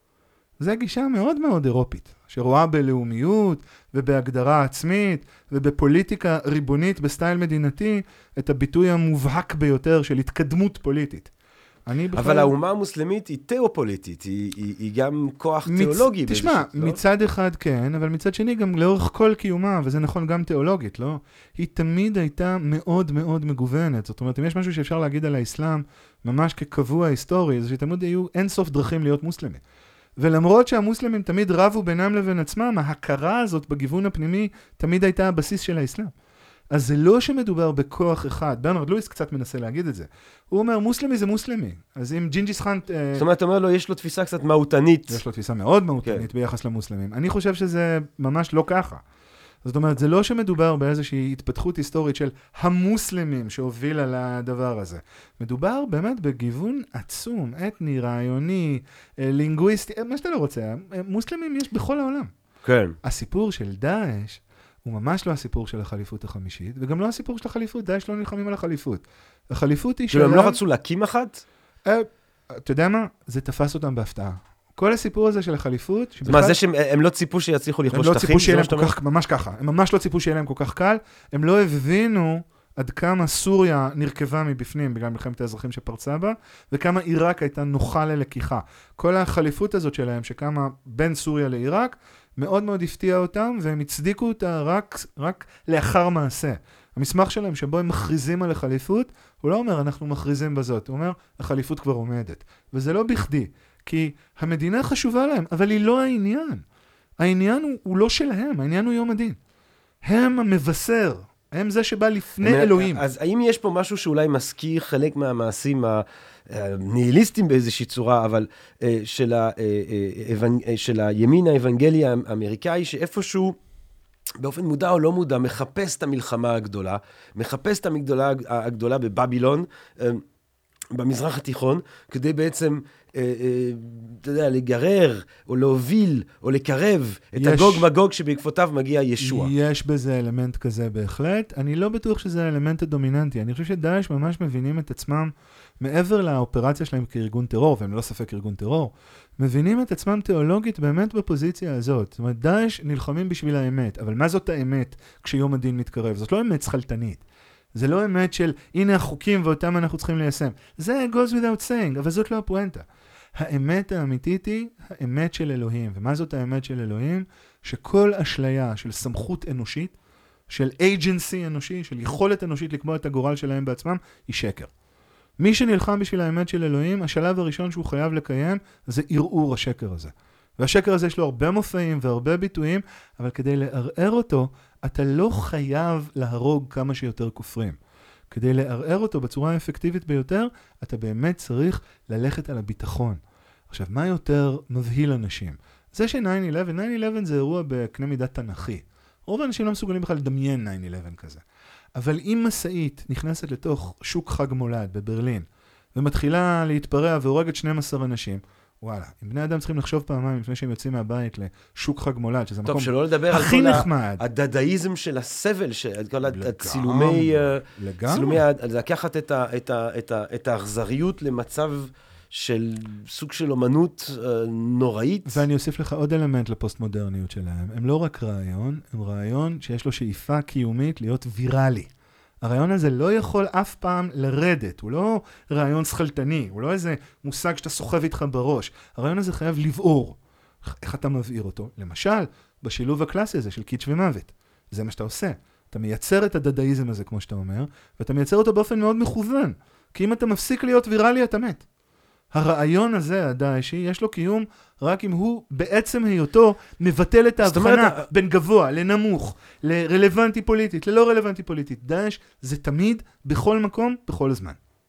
זה גישה מאוד מאוד אירופית, שרואה בלאומיות ובהגדרה עצמית ובפוליטיקה ריבונית בסטייל מדינתי את הביטוי המובהק ביותר של התקדמות פוליטית. אני בכלל... אבל האומה המוסלמית היא תיאופוליטית, היא, היא, היא גם כוח מצ... תיאולוגי. תשמע, לא? מצד אחד כן, אבל מצד שני גם לאורך כל קיומה, וזה נכון גם תיאולוגית, לא? היא תמיד הייתה מאוד מאוד מגוונת. זאת אומרת, אם יש משהו שאפשר להגיד על האסלאם ממש כקבוע היסטורי, זה שתמיד היו אין סוף דרכים להיות מוסלמי. ולמרות שהמוסלמים תמיד רבו בינם לבין עצמם, ההכרה הזאת בגיוון הפנימי תמיד הייתה הבסיס של האסלאם. אז זה לא שמדובר בכוח אחד. ברנרד לואיס קצת מנסה להגיד את זה. הוא אומר, מוסלמי זה מוסלמי. אז אם ג'ינג'יס חאן... זאת אומרת, אתה אומר לו, יש לו תפיסה קצת מהותנית. יש לו תפיסה מאוד מהותנית כן. ביחס למוסלמים. אני חושב שזה ממש לא ככה. זאת אומרת, זה לא שמדובר באיזושהי התפתחות היסטורית של המוסלמים שהובילה לדבר הזה. מדובר באמת בגיוון עצום, אתני, רעיוני, לינגוויסטי, מה שאתה לא רוצה. מוסלמים יש בכל העולם. כן. הסיפור של דאעש הוא ממש לא הסיפור של החליפות החמישית, וגם לא הסיפור של החליפות, דאעש לא נלחמים על החליפות. החליפות היא שלהם... הם לא רצו להקים אחת? אתה יודע מה? זה תפס אותם בהפתעה. כל הסיפור הזה של החליפות... זאת אומרת, זה שהם לא ציפו שיצליחו לכבוש שטחים? הם לא ציפו שיהיה להם כל כך, ממש ככה. הם ממש לא ציפו שיהיה להם כל כך קל. הם לא הבינו עד כמה סוריה נרכבה מבפנים בגלל מלחמת האזרחים שפרצה בה, וכמה עיראק הייתה נוחה ללקיחה. כל החליפות הזאת שלהם שקמה בין סוריה לעיראק, מאוד מאוד הפתיע אותם, והם הצדיקו אותה רק, רק לאחר מעשה. המסמך שלהם שבו הם מכריזים על החליפות, הוא לא אומר אנחנו מכריזים בזאת, הוא אומר החליפות כבר עומדת. וזה לא בכדי, כי המדינה חשובה להם, אבל היא לא העניין. העניין הוא, הוא לא שלהם, העניין הוא יום הדין. הם המבשר, הם זה שבא לפני אלוהים. אז האם יש פה משהו שאולי מזכיר חלק מהמעשים הניהיליסטים באיזושהי צורה, אבל של, ה, של הימין האבנגלי האמריקאי, שאיפשהו באופן מודע או לא מודע מחפש את המלחמה הגדולה, מחפש את המגדולה הגדולה בבבילון, במזרח התיכון, כדי בעצם, אה, אה, אתה יודע, לגרר, או להוביל, או לקרב את יש, הגוג מגוג שבעקבותיו מגיע ישוע. יש בזה אלמנט כזה בהחלט. אני לא בטוח שזה האלמנט הדומיננטי. אני חושב שדאעש ממש מבינים את עצמם, מעבר לאופרציה שלהם כארגון טרור, והם לא ספק ארגון טרור, מבינים את עצמם תיאולוגית באמת בפוזיציה הזאת. זאת אומרת, דאעש נלחמים בשביל האמת, אבל מה זאת האמת כשיום הדין מתקרב? זאת לא אמת שכלתנית. זה לא אמת של, הנה החוקים ואותם אנחנו צריכים ליישם. זה goes without saying, אבל זאת לא הפואנטה. האמת האמיתית היא האמת של אלוהים. ומה זאת האמת של אלוהים? שכל אשליה של סמכות אנושית, של agency אנושי, של יכולת אנושית לקבוע את הגורל שלהם בעצמם, היא שקר. מי שנלחם בשביל האמת של אלוהים, השלב הראשון שהוא חייב לקיים, זה ערעור השקר הזה. והשקר הזה יש לו הרבה מופעים והרבה ביטויים, אבל כדי לערער אותו, אתה לא חייב להרוג כמה שיותר כופרים. כדי לערער אותו בצורה האפקטיבית ביותר, אתה באמת צריך ללכת על הביטחון. עכשיו, מה יותר מבהיל אנשים? זה ש-נין אלבן, נין אלבן זה אירוע בקנה מידה תנכי. רוב האנשים לא מסוגלים בכלל לדמיין נין אלבן כזה. אבל אם מסעית נכנסת לתוך שוק חג מולד בברלין, ומתחילה להתפרע והורגת שנים עשר אנשים, וואלה, אם בני אדם צריכים לחשוב פעמיים לפני שהם יוצאים מהבית לשוק חג מולד, שזה מקום הכי נחמד. טוב, שלא לדבר על כל הדדאיזם של הסבל, כל הצילומי, צילומי, לקחת את האכזריות למצב של סוג של אומנות נוראית. ואני אוסיף לך עוד אלמנט לפוסט-מודרניות שלהם. הם לא רק רעיון, הם רעיון שיש לו שאיפה קיומית להיות ויראלי. הרעיון הזה לא יכול אף פעם לרדת, הוא לא רעיון שכלתני, הוא לא איזה מושג שאתה סוחב איתך בראש. הרעיון הזה חייב לבעור. איך אתה מבעיר אותו? למשל, בשילוב הקלאסי הזה של קיץ' ומוות. זה מה שאתה עושה. אתה מייצר את הדדאיזם הזה, כמו שאתה אומר, ואתה מייצר אותו באופן מאוד מכוון. כי אם אתה מפסיק להיות ויראלי, אתה מת. הרעיון הזה, הדאעשי, יש לו קיום רק אם הוא בעצם היותו מבטל את ההבחנה בין גבוה לנמוך, לרלוונטי פוליטית, ללא רלוונטי פוליטית. דאעש זה תמיד, בכל מקום, בכל הזמן.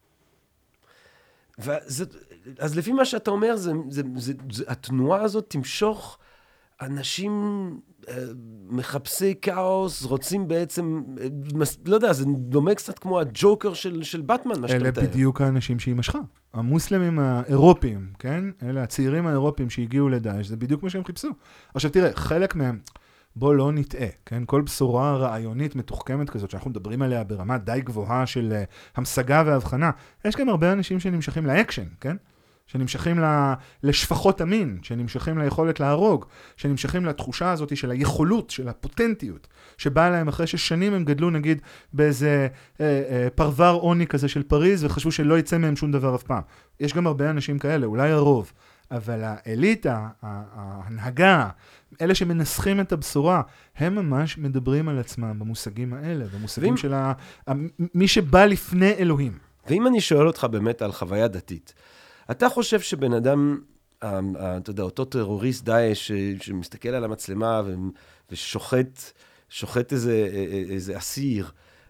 וזה, אז לפי מה שאתה אומר, זה, זה, זה, זה, התנועה הזאת תמשוך אנשים מחפשי כאוס, רוצים בעצם, לא יודע, זה דומה קצת כמו הג'וקר של, של בטמן, מה שאתה מתאר. אלה בדיוק האנשים שהיא משכה. המוסלמים האירופיים, כן? אלה הצעירים האירופיים שהגיעו לדאעש, זה בדיוק מה שהם חיפשו. עכשיו תראה, חלק מהם, בוא לא נטעה, כן? כל בשורה רעיונית מתוחכמת כזאת, שאנחנו מדברים עליה ברמה די גבוהה של המשגה והבחנה, יש גם הרבה אנשים שנמשכים לאקשן, כן? שנמשכים לשפחות המין, שנמשכים ליכולת להרוג, שנמשכים לתחושה הזאת של היכולות, של הפוטנטיות, שבאה להם אחרי ששנים הם גדלו נגיד באיזה אה, אה, פרבר עוני כזה של פריז, וחשבו שלא יצא מהם שום דבר אף פעם. יש גם הרבה אנשים כאלה, אולי הרוב, אבל האליטה, ההנהגה, אלה שמנסחים את הבשורה, הם ממש מדברים על עצמם במושגים האלה, במושגים ואם... של ה... מי שבא לפני אלוהים. ואם אני שואל אותך באמת על חוויה דתית, אתה חושב שבן אדם אתה יודע, אותו טרוריסט דאעש שמסתכל על המצלמה ושוחט, שוחט איזה, איזה אסיר,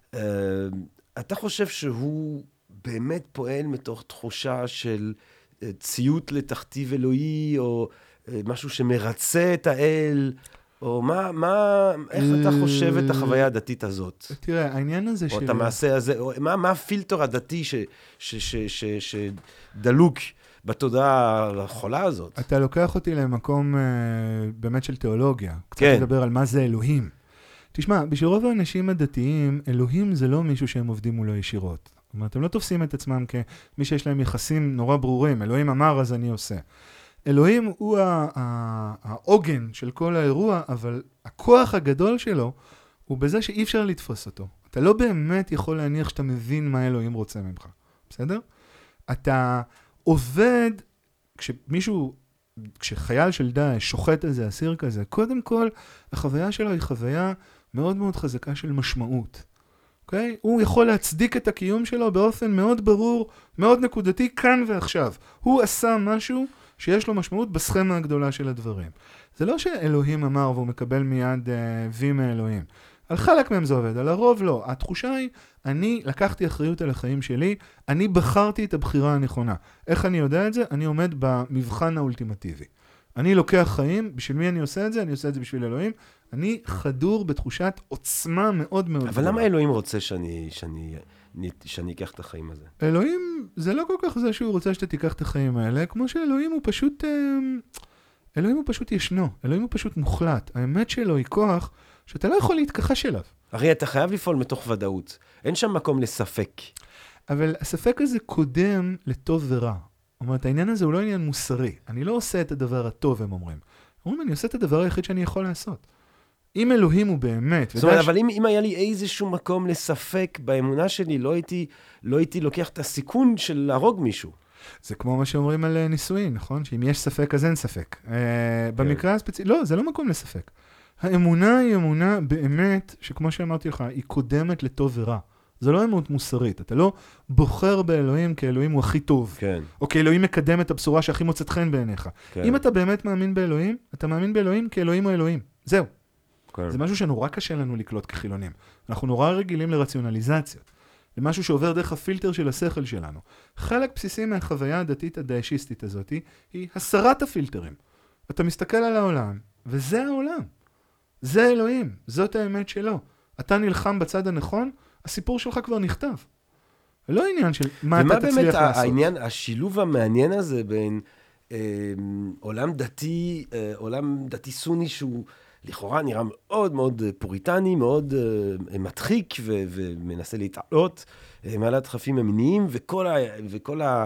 אתה חושב שהוא באמת פועל מתוך תחושה של ציות לתכתיב אלוהי, או משהו שמרצה את האל, או מה, מה, איך אתה חושב את החוויה הדתית הזאת? תראה, העניין הזה של... או את המעשה הזה, או מה, מה הפילטר הדתי ש, ש, ש, ש, ש, שדלוק בתודעה החולה הזאת? אתה לוקח אותי למקום uh, באמת של תיאולוגיה. קצת כן. לדבר על מה זה אלוהים. תשמע, בשביל רוב האנשים הדתיים, אלוהים זה לא מישהו שהם עובדים מולו ישירות. זאת אומרת, הם לא תופסים את עצמם כמי שיש להם יחסים נורא ברורים. אלוהים אמר, אז אני עושה. אלוהים הוא העוגן של כל האירוע, אבל הכוח הגדול שלו הוא בזה שאי אפשר לתפוס אותו. אתה לא באמת יכול להניח שאתה מבין מה אלוהים רוצה ממך. בסדר? אתה עובד, כשמישהו, כשחייל של דאעש שוחט איזה אסיר כזה, קודם כל, החוויה שלו היא חוויה מאוד מאוד חזקה של משמעות. אוקיי? הוא יכול להצדיק את הקיום שלו באופן מאוד ברור, מאוד נקודתי, כאן ועכשיו. הוא עשה משהו שיש לו משמעות בסכמה הגדולה של הדברים. זה לא שאלוהים אמר והוא מקבל מיד אה, וי מאלוהים. על חלק מהם זה עובד, על הרוב לא. התחושה היא, אני לקחתי אחריות על החיים שלי, אני בחרתי את הבחירה הנכונה. איך אני יודע את זה? אני עומד במבחן האולטימטיבי. אני לוקח חיים, בשביל מי אני עושה את זה? אני עושה את זה בשביל אלוהים. אני חדור בתחושת עוצמה מאוד מאוד. אבל למה אלוהים רוצה שאני, שאני, שאני אקח את החיים הזה? אלוהים, זה לא כל כך זה שהוא רוצה שאתה תיקח את החיים האלה, כמו שאלוהים הוא פשוט, אלוהים הוא פשוט ישנו, אלוהים הוא פשוט מוחלט. האמת שלו היא כוח שאתה לא יכול להתכחש אליו. הרי אתה חייב לפעול מתוך ודאות. אין שם מקום לספק. אבל הספק הזה קודם לטוב ורע. זאת אומרת, העניין הזה הוא לא עניין מוסרי. אני לא עושה את הדבר הטוב, הם אומרים. אומרים, אני עושה את הדבר היחיד שאני יכול לעשות. אם אלוהים הוא באמת... זאת אומרת, אבל אם, אם היה לי איזשהו מקום לספק באמונה שלי, לא הייתי, לא הייתי לוקח את הסיכון של להרוג מישהו. זה כמו מה שאומרים על נישואין, נכון? שאם יש ספק, אז אין ספק. במקרה הספציפי... לא, זה לא מקום לספק. האמונה היא אמונה באמת, שכמו שאמרתי לך, היא קודמת לטוב ורע. זה לא אמות מוסרית. אתה לא בוחר באלוהים כאלוהים הוא הכי טוב. כן. או כאלוהים מקדם את הבשורה שהכי מוצאת חן בעיניך. כן. אם אתה באמת מאמין באלוהים, אתה מאמין באלוהים כאלוהים הוא אלוהים. זהו. כן. זה משהו שנורא קשה לנו לקלוט כחילונים. אנחנו נורא רגילים לרציונליזציות. למשהו שעובר דרך הפילטר של השכל שלנו. חלק בסיסי מהחוויה הדתית הדאעשיסטית הזאת היא הסרת הפילטרים. אתה מסתכל על העולם, וזה העולם. זה אלוהים. זאת האמת שלו. אתה נלחם בצד הנכון, הסיפור שלך כבר נכתב. לא עניין של מה אתה תצליח לעשות. ומה באמת העניין, השילוב המעניין הזה בין אה, עולם דתי, אה, עולם דתי סוני שהוא לכאורה נראה מאוד מאוד פוריטני, מאוד אה, מדחיק ו- ומנסה להתעלות אה, מעל הדחפים המיניים, וכל ה... וכל ה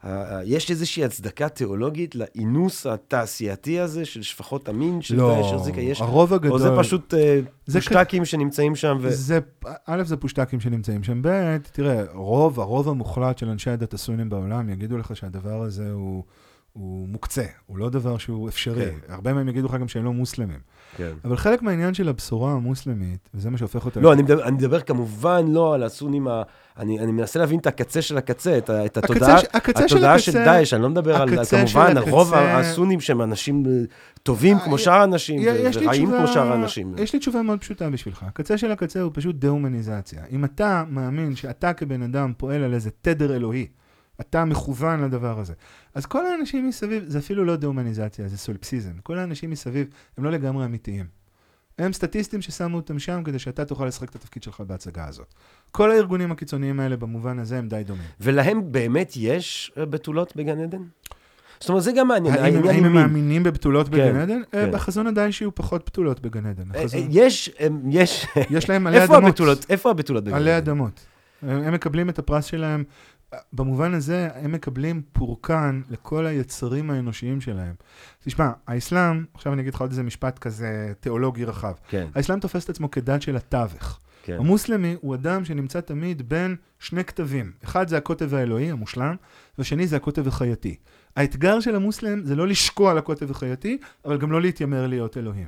יש איזושהי הצדקה תיאולוגית לאינוס התעשייתי הזה של שפחות המין, של דאעש, הרזיקה, יש... הרוב הגדול... או זה פשוט זה פושטקים כ... שנמצאים שם? ו... זה, א', זה פושטקים שנמצאים שם, ב', תראה, רוב, הרוב המוחלט של אנשי הדת הסונים בעולם יגידו לך שהדבר הזה הוא, הוא מוקצה, הוא לא דבר שהוא אפשרי. כן. הרבה מהם יגידו לך גם שהם לא מוסלמים. כן. אבל חלק מהעניין של הבשורה המוסלמית, וזה מה שהופך אותה... לא, אני מדבר, אני מדבר כמובן לא על הסונים, ה... אני, אני מנסה להבין את הקצה של הקצה, את, את התודעה, הקצה התודעה של, של דאעש, אני לא מדבר על, כמובן, הרוב הסונים שהם אנשים טובים כמו שאר האנשים, ורעים כמו שאר האנשים. יש לי תשובה מאוד פשוטה בשבילך. הקצה של הקצה הוא פשוט דה-הומניזציה. אם אתה מאמין שאתה כבן אדם פועל על איזה תדר אלוהי, אתה מכוון לדבר הזה. אז כל האנשים מסביב, זה אפילו לא דה-הומניזציה, זה סולפסיזם. כל האנשים מסביב הם לא לגמרי אמיתיים. הם סטטיסטים ששמו אותם שם כדי שאתה תוכל לשחק את התפקיד שלך בהצגה הזאת. כל הארגונים הקיצוניים האלה במובן הזה הם די דומים. ולהם באמת יש בתולות בגן עדן? זאת אומרת, זה גם מעניין. האם הם מאמינים בבתולות בגן עדן? בחזון הדאעשי הוא פחות בתולות בגן עדן. יש, יש... יש להם עלי אדמות. איפה הבתולות בגן עדן? עלי אדמות. הם מקבלים את הפרס שלהם. במובן הזה הם מקבלים פורקן לכל היצרים האנושיים שלהם. תשמע, האסלאם, עכשיו אני אגיד לך עוד איזה משפט כזה תיאולוגי רחב. כן. האסלאם תופס את עצמו כדת של התווך. כן. המוסלמי הוא אדם שנמצא תמיד בין שני כתבים. אחד זה הקוטב האלוהי, המושלם, והשני זה הקוטב החייתי. האתגר של המוסלם זה לא לשקוע על הקוטב החייתי, אבל גם לא להתיימר להיות אלוהים.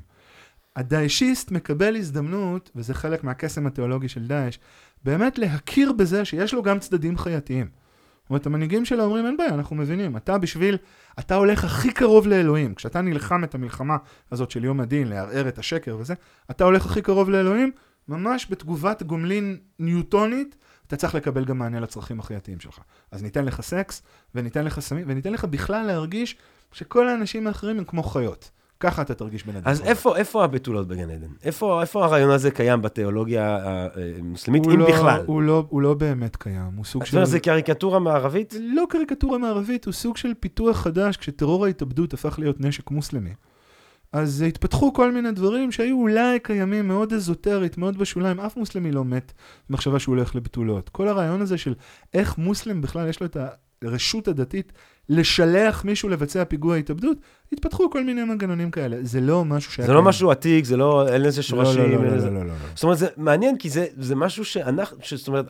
הדאעשיסט מקבל הזדמנות, וזה חלק מהקסם התיאולוגי של דאעש, באמת להכיר בזה שיש לו גם צדדים חייתיים. זאת אומרת, המנהיגים שלה אומרים, אין בעיה, אנחנו מבינים, אתה בשביל, אתה הולך הכי קרוב לאלוהים, כשאתה נלחם את המלחמה הזאת של יום הדין, לערער את השקר וזה, אתה הולך הכי קרוב לאלוהים, ממש בתגובת גומלין ניוטונית, אתה צריך לקבל גם מענה לצרכים החייתיים שלך. אז ניתן לך סקס, וניתן לך סמים, וניתן לך בכלל להרגיש שכל האנשים האחרים הם כמו חיות. ככה אתה תרגיש בן אדם. אז איפה, איפה הבתולות בגן עדן? איפה, איפה הרעיון הזה קיים בתיאולוגיה המוסלמית, אם לא, בכלל? הוא לא, הוא לא באמת קיים. הוא סוג של... זה קריקטורה מערבית? לא קריקטורה מערבית, הוא סוג של פיתוח חדש, כשטרור ההתאבדות הפך להיות נשק מוסלמי. אז התפתחו כל מיני דברים שהיו אולי קיימים מאוד אזוטרית, מאוד בשוליים. אף מוסלמי לא מת במחשבה שהוא הולך לבתולות. כל הרעיון הזה של איך מוסלם בכלל יש לו את הרשות הדתית לשלח מישהו לבצע פיגוע התאבדות, התפתחו כל מיני מנגנונים כאלה. זה לא משהו שהיה... זה לא משהו עתיק, זה לא, אין לזה שורשים. לא, לא, לא, לא, לא. זאת אומרת, זה מעניין, כי זה, זה משהו שאנחנו, זאת אומרת,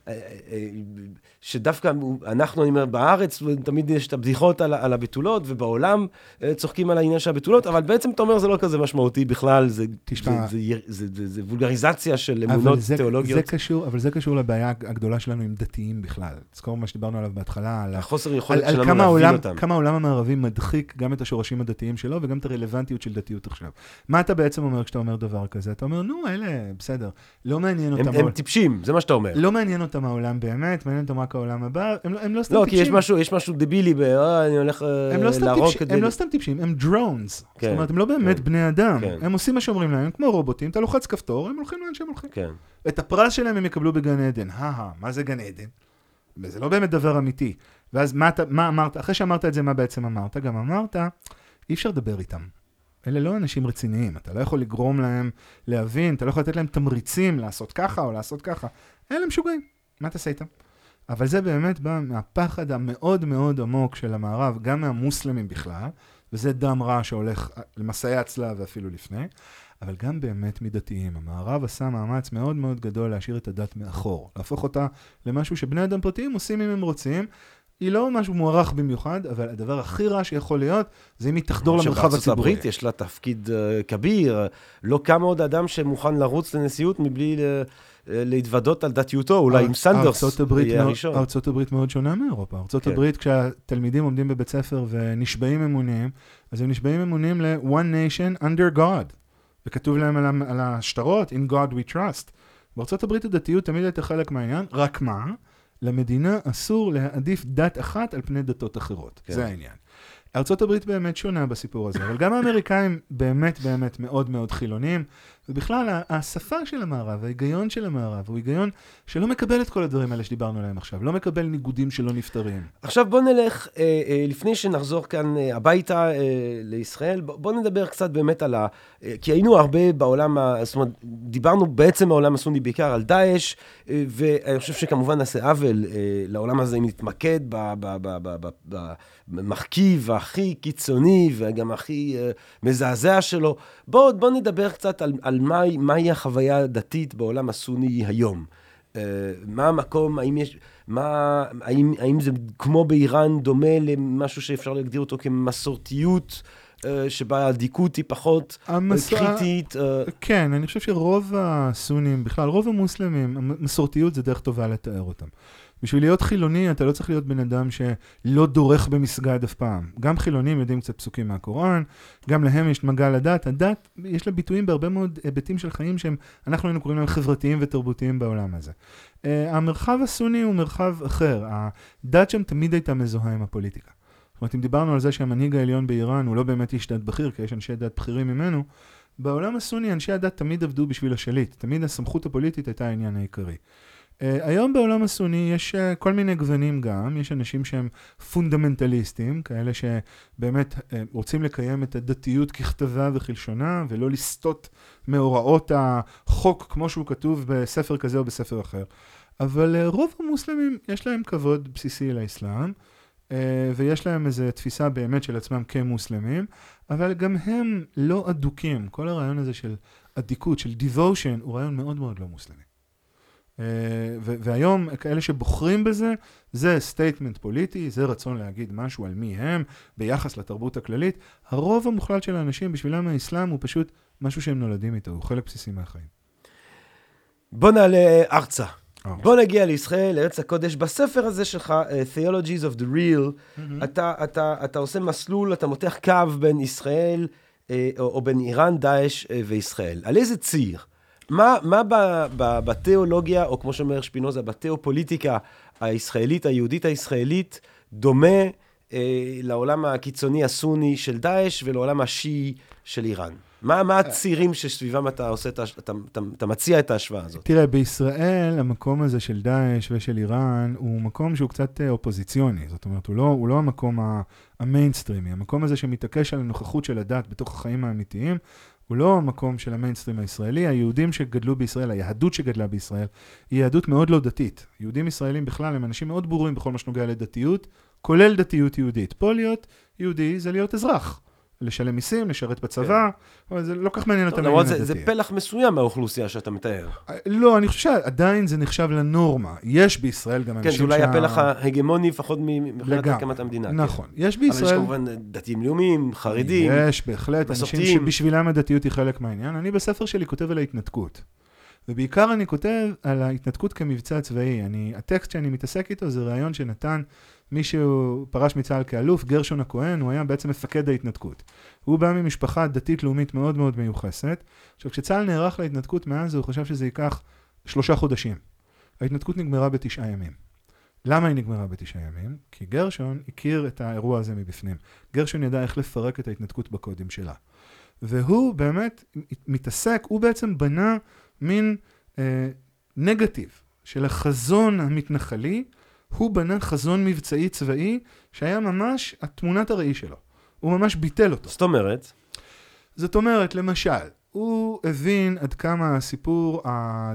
שדווקא אנחנו, אני אומר, בארץ, תמיד יש את הבדיחות על, על הבתולות, ובעולם צוחקים על העניין של הבתולות, אבל בעצם אתה אומר, זה לא כזה משמעותי בכלל, זה, תשמע, זה, זה, זה, זה, זה וולגריזציה של אמונות זה, תיאולוגיות. זה קשור, אבל זה קשור לבעיה הגדולה שלנו עם דתיים בכלל. תזכור מה שדיברנו עליו בהתחלה, על החוסר יכולת על, שלנו על להבין העולם, אותם. כמה העולם המערבי מדחיק גם את השורשים הדתיים שלו, וגם את הרלוונטיות של דתיות עכשיו. מה אתה בעצם אומר כשאתה אומר דבר כזה? אתה אומר, נו, אלה, בסדר, לא מעניין אותם. הם, הם טיפשים, זה מה שאתה אומר. לא מעניין אותם העולם באמת, מעניין אותם רק העולם הבא, הם, הם לא סתם לא, טיפשים. כי יש משהו, יש משהו דבילי ב, אה, אני הולך להרוג כדי... הם לא סתם טיפשים, הם drones. זאת אומרת, הם לא באמת בני אדם. הם עושים מה שאומרים להם, כמו רובוטים, אתה לוחץ כפתור, הם הולכים לאן שהם הולכים. את הפרס שלהם הם יקבלו בגן עדן. הא, מה זה גן עדן? וזה לא באמת דבר אמיתי. ואז מה, מה אמרת? אחרי שאמרת את זה, מה בעצם אמרת? גם אמרת, אי אפשר לדבר איתם. אלה לא אנשים רציניים. אתה לא יכול לגרום להם להבין, אתה לא יכול לתת להם תמריצים לעשות ככה או לעשות ככה. אלה משוגעים. מה תעשה איתם? אבל זה באמת בא מהפחד המאוד מאוד עמוק של המערב, גם מהמוסלמים בכלל, וזה דם רע שהולך למסעי הצלב ואפילו לפני, אבל גם באמת מדתיים. המערב עשה מאמץ מאוד מאוד גדול להשאיר את הדת מאחור, להפוך אותה למשהו שבני אדם פרטיים עושים אם הם רוצים. היא לא משהו מוערך במיוחד, אבל הדבר הכי רע שיכול להיות, זה אם היא תחדור למרחב הציבורי. שבארצות הברית יש לה תפקיד uh, כביר, לא כמה עוד אדם שמוכן לרוץ לנשיאות מבלי uh, להתוודות על דתיותו, אולי עם סנדרס יהיה הראשון. ארצות הברית מאוד שונה מאירופה. ארצות הברית, כשהתלמידים עומדים בבית ספר ונשבעים אמונים, אז הם נשבעים אמונים ל-One Nation Under God. וכתוב להם על, על השטרות, In God We Trust. בארצות הברית הדתיות תמיד הייתה חלק מהעניין, רק מה? למדינה אסור להעדיף דת אחת על פני דתות אחרות. כן. זה העניין. ארצות הברית באמת שונה בסיפור הזה, אבל גם האמריקאים באמת באמת מאוד מאוד חילונים, ובכלל השפה של המערב, ההיגיון של המערב, הוא היגיון שלא מקבל את כל הדברים האלה שדיברנו עליהם עכשיו, לא מקבל ניגודים שלא נפטרים. עכשיו בוא נלך, אה, אה, לפני שנחזור כאן אה, הביתה אה, לישראל, בוא, בוא נדבר קצת באמת על ה... אה, כי היינו הרבה בעולם, ה, זאת אומרת, דיברנו בעצם בעולם הסוני בעיקר על דאעש, אה, ואני חושב שכמובן נעשה עוול אה, לעולם הזה, אם נתמקד במחכיב הכי קיצוני וגם הכי אה, מזעזע שלו. בוא, בוא נדבר קצת על, על מה, מהי החוויה הדתית בעולם הסוני היום. Uh, מה המקום, האם יש, מה, האם, האם זה כמו באיראן דומה למשהו שאפשר להגדיר אותו כמסורתיות, uh, שבה הדיקות היא פחות המס... קריטית? Uh... כן, אני חושב שרוב הסונים, בכלל רוב המוסלמים, המסורתיות זה דרך טובה לתאר אותם. בשביל להיות חילוני, אתה לא צריך להיות בן אדם שלא דורך במסגד אף פעם. גם חילונים יודעים קצת פסוקים מהקוראן, גם להם יש מגע לדת. הדת, יש לה ביטויים בהרבה מאוד היבטים של חיים שהם, אנחנו היינו קוראים להם חברתיים ותרבותיים בעולם הזה. Uh, המרחב הסוני הוא מרחב אחר. הדת שם תמיד הייתה מזוהה עם הפוליטיקה. זאת אומרת, אם דיברנו על זה שהמנהיג העליון באיראן הוא לא באמת איש דת בכיר, כי יש אנשי דת בכירים ממנו, בעולם הסוני אנשי הדת תמיד עבדו בשביל השליט. תמיד הסמכות הפוליטית הייתה העניין העיקרי. Uh, היום בעולם הסוני יש uh, כל מיני גוונים גם, יש אנשים שהם פונדמנטליסטים, כאלה שבאמת uh, רוצים לקיים את הדתיות ככתבה וכלשונה, ולא לסטות מאוראות החוק כמו שהוא כתוב בספר כזה או בספר אחר. אבל uh, רוב המוסלמים יש להם כבוד בסיסי לאסלאם, uh, ויש להם איזו תפיסה באמת של עצמם כמוסלמים, אבל גם הם לא אדוקים. כל הרעיון הזה של אדיקות, של devotion, הוא רעיון מאוד מאוד לא מוסלמי. והיום כאלה שבוחרים בזה, זה סטייטמנט פוליטי, זה רצון להגיד משהו על מי הם, ביחס לתרבות הכללית. הרוב המוחלט של האנשים, בשבילם האסלאם הוא פשוט משהו שהם נולדים איתו, הוא חלק בסיסי מהחיים. בוא נעלה ארצה. בוא נגיע לישראל, לארץ הקודש, בספר הזה שלך, uh, Theologies of the Real, mm-hmm. אתה, אתה, אתה עושה מסלול, אתה מותח קו בין ישראל, uh, או, או בין איראן, דאעש uh, וישראל. על איזה ציר? מה, מה ב, ב, בתיאולוגיה, או כמו שאומר שפינוזה, בתיאופוליטיקה הישראלית, היהודית הישראלית, דומה uh, לעולם הקיצוני הסוני של דאעש, ולעולם השיעי של איראן? מה, מה הצירים שסביבם אתה עושה, אתה, אתה, אתה, אתה מציע את ההשוואה הזאת? תראה, בישראל המקום הזה של דאעש ושל איראן הוא מקום שהוא קצת אופוזיציוני. זאת אומרת, הוא לא, הוא לא המקום המיינסטרימי. המקום הזה שמתעקש על הנוכחות של הדת בתוך החיים האמיתיים, הוא לא המקום של המיינסטרים הישראלי. היהודים שגדלו בישראל, היהדות שגדלה בישראל, היא יהדות מאוד לא דתית. יהודים ישראלים בכלל הם אנשים מאוד ברורים בכל מה שנוגע לדתיות, כולל דתיות יהודית. פה להיות יהודי זה להיות אזרח. לשלם מיסים, לשרת בצבא, אבל זה לא כך מעניין אותם העניין הדתי. זה פלח מסוים מהאוכלוסייה שאתה מתאר. לא, אני חושב שעדיין זה נחשב לנורמה. יש בישראל גם אנשים כן, אולי הפלח ההגמוני, לפחות מבחינת הקמת המדינה. נכון. יש בישראל... אבל יש כמובן דתיים לאומיים, חרדים, יש בהחלט אנשים שבשבילם הדתיות היא חלק מהעניין. אני בספר שלי כותב על ההתנתקות. ובעיקר אני כותב על ההתנתקות כמבצע צבאי. אני, הטקסט שאני מתעסק איתו זה רעיון שנתן מישהו פרש מצה"ל כאלוף, גרשון הכהן, הוא היה בעצם מפקד ההתנתקות. הוא בא ממשפחה דתית לאומית מאוד מאוד מיוחסת. עכשיו, כשצה"ל נערך להתנתקות מאז, הוא חשב שזה ייקח שלושה חודשים. ההתנתקות נגמרה בתשעה ימים. למה היא נגמרה בתשעה ימים? כי גרשון הכיר את האירוע הזה מבפנים. גרשון ידע איך לפרק את ההתנתקות בקודים שלה. והוא באמת מתעסק, הוא בעצם בנה מין אה, נגטיב של החזון המתנחלי, הוא בנה חזון מבצעי צבאי שהיה ממש התמונת הראי שלו. הוא ממש ביטל אותו. זאת אומרת? זאת אומרת, למשל, הוא הבין עד כמה הסיפור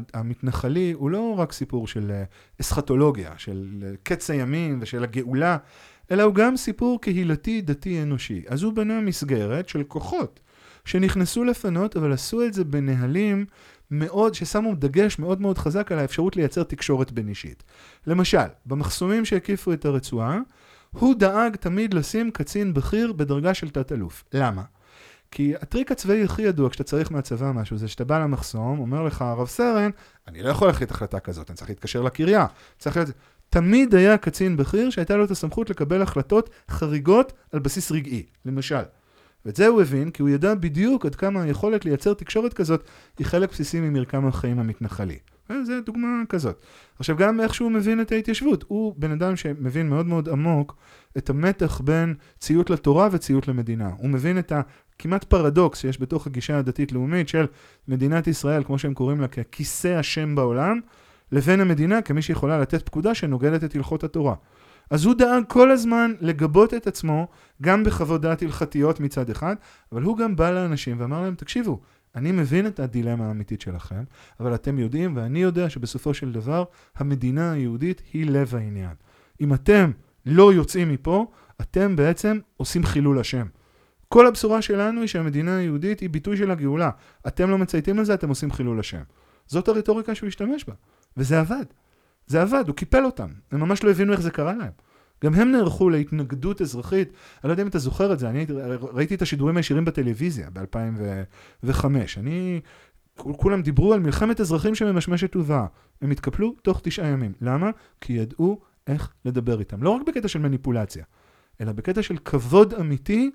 המתנחלי הוא לא רק סיפור של אסכטולוגיה, של קץ הימים ושל הגאולה, אלא הוא גם סיפור קהילתי דתי אנושי. אז הוא בנה מסגרת של כוחות שנכנסו לפנות, אבל עשו את זה בנהלים מאוד, ששמו דגש מאוד מאוד חזק על האפשרות לייצר תקשורת בין אישית. למשל, במחסומים שהקיפו את הרצועה, הוא דאג תמיד לשים קצין בכיר בדרגה של תת-אלוף. למה? כי הטריק הצבאי הכי ידוע כשאתה צריך מהצבא משהו, זה שאתה בא למחסום, אומר לך, הרב סרן, אני לא יכול להחליט החלטה כזאת, אני צריך להתקשר לקריה. צריך להיות... תמיד היה קצין בכיר שהייתה לו את הסמכות לקבל החלטות חריגות על בסיס רגעי, למשל. ואת זה הוא הבין, כי הוא ידע בדיוק עד כמה היכולת לייצר תקשורת כזאת היא חלק בסיסי ממרקם החיים המתנחלי. וזו דוגמה כזאת. עכשיו, גם איך שהוא מבין את ההתיישבות, הוא בן אדם שמבין מאוד מאוד עמוק את המתח בין ציות לתורה וציות למדינה. הוא מבין את הכמעט פרדוקס שיש בתוך הגישה הדתית-לאומית של מדינת ישראל, כמו שהם קוראים לה, ככיסא השם בעולם, לבין המדינה כמי שיכולה לתת פקודה שנוגדת את הלכות התורה. אז הוא דאג כל הזמן לגבות את עצמו, גם בחוות דעת הלכתיות מצד אחד, אבל הוא גם בא לאנשים ואמר להם, תקשיבו, אני מבין את הדילמה האמיתית שלכם, אבל אתם יודעים, ואני יודע שבסופו של דבר, המדינה היהודית היא לב העניין. אם אתם לא יוצאים מפה, אתם בעצם עושים חילול השם. כל הבשורה שלנו היא שהמדינה היהודית היא ביטוי של הגאולה. אתם לא מצייתים לזה, אתם עושים חילול השם. זאת הרטוריקה שהוא השתמש בה. וזה עבד. זה עבד, הוא קיפל אותם. הם ממש לא הבינו איך זה קרה להם. גם הם נערכו להתנגדות אזרחית. אני לא יודע אם אתה זוכר את זה, אני ראיתי את השידורים הישירים בטלוויזיה ב-אלפיים וחמש. אני, כולם דיברו על מלחמת אזרחים שממשמשת ובאה. הם התקפלו תוך תשעה ימים. למה? כי ידעו איך לדבר איתם. לא רק בקטע של מניפולציה, אלא בקטע של כבוד אמיתי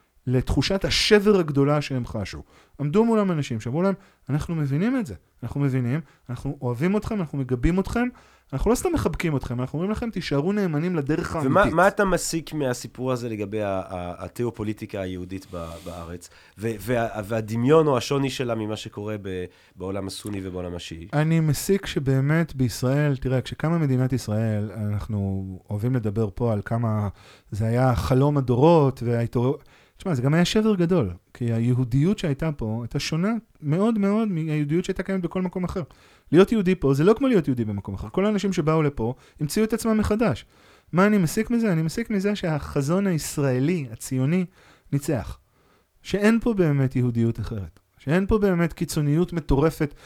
לתחושת השבר הגדולה שהם חשו. עמדו מולם אנשים שאמרו להם, אנחנו מבינים את זה, אנחנו מבינים, אנחנו אוהבים אתכם, אנחנו מגבים אתכם, אנחנו לא סתם מחבקים אתכם, אנחנו אומרים לכם, תישארו נאמנים לדרך האמיתית. ומה מה אתה מסיק מהסיפור הזה לגבי התיאופוליטיקה היהודית בארץ, וה, והדמיון או השוני שלה ממה שקורה בעולם הסוני ובעולם השיעי? אני מסיק שבאמת בישראל, תראה, כשקמה מדינת ישראל, אנחנו אוהבים לדבר פה על כמה זה היה חלום הדורות, וההתעוררות, תשמע, זה גם היה שבר גדול, כי היהודיות שהייתה פה הייתה שונה מאוד מאוד מהיהודיות שהייתה קיימת בכל מקום אחר. להיות יהודי פה זה לא כמו להיות יהודי במקום אחר. כל האנשים שבאו לפה המציאו את עצמם מחדש. מה אני מסיק מזה? אני מסיק מזה שהחזון הישראלי, הציוני, ניצח. שאין פה באמת יהודיות אחרת. שאין פה באמת קיצוניות מטורפת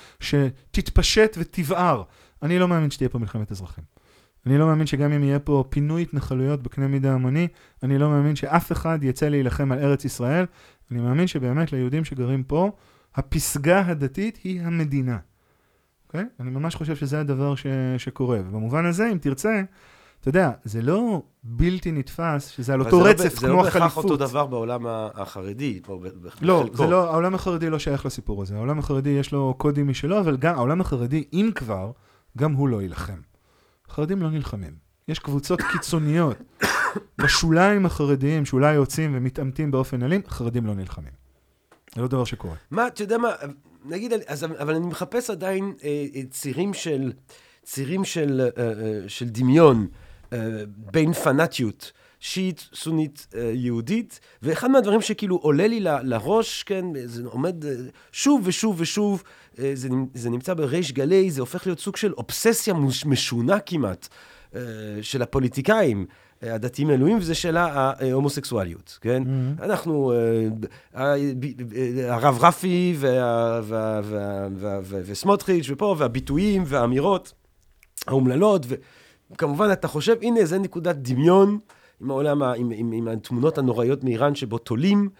שתתפשט ותבער. אני לא מאמין שתהיה פה מלחמת אזרחים. אני לא מאמין שגם אם יהיה פה פינוי התנחלויות בקנה מידה המוני, אני לא מאמין שאף אחד יצא להילחם על ארץ ישראל. אני מאמין שבאמת ליהודים שגרים פה, הפסגה הדתית היא המדינה. אוקיי? אני ממש חושב שזה הדבר ש... שקורה. ובמובן הזה, אם תרצה, אתה יודע, זה לא בלתי נתפס, שזה על אותו רצף לא, כמו החליפות. זה לא בהכרח אותו דבר בעולם החרדי. לא, זה לא, העולם החרדי לא שייך לסיפור הזה. העולם החרדי יש לו קודים משלו, אבל גם העולם החרדי, אם כבר, גם הוא לא ילחם. החרדים לא נלחמים. יש קבוצות קיצוניות בשוליים החרדיים, שאולי יוצאים ומתאמתים באופן אלים, החרדים לא נלחמים. זה לא דבר שקורה. מה, אתה יודע מה, נגיד, אז, אבל אני מחפש עדיין אה, צירים של, צירים של, אה, אה, של דמיון אה, בין פנאטיות, שיעית, סונית, אה, יהודית, ואחד מהדברים שכאילו עולה לי ל, לראש, כן, זה עומד אה, שוב ושוב ושוב, אה, זה, זה נמצא בריש גלי, זה הופך להיות סוג של אובססיה משונה כמעט, אה, של הפוליטיקאים, הדתיים האלוהים, וזה שאלה ההומוסקסואליות, כן? Mm-hmm. אנחנו, הרב רפי וסמוטריץ' ופה, והביטויים והאמירות האומללות, וכמובן אתה חושב, הנה, זה נקודת דמיון עם העולם, עם, עם, עם התמונות הנוראיות מאיראן שבו תולים,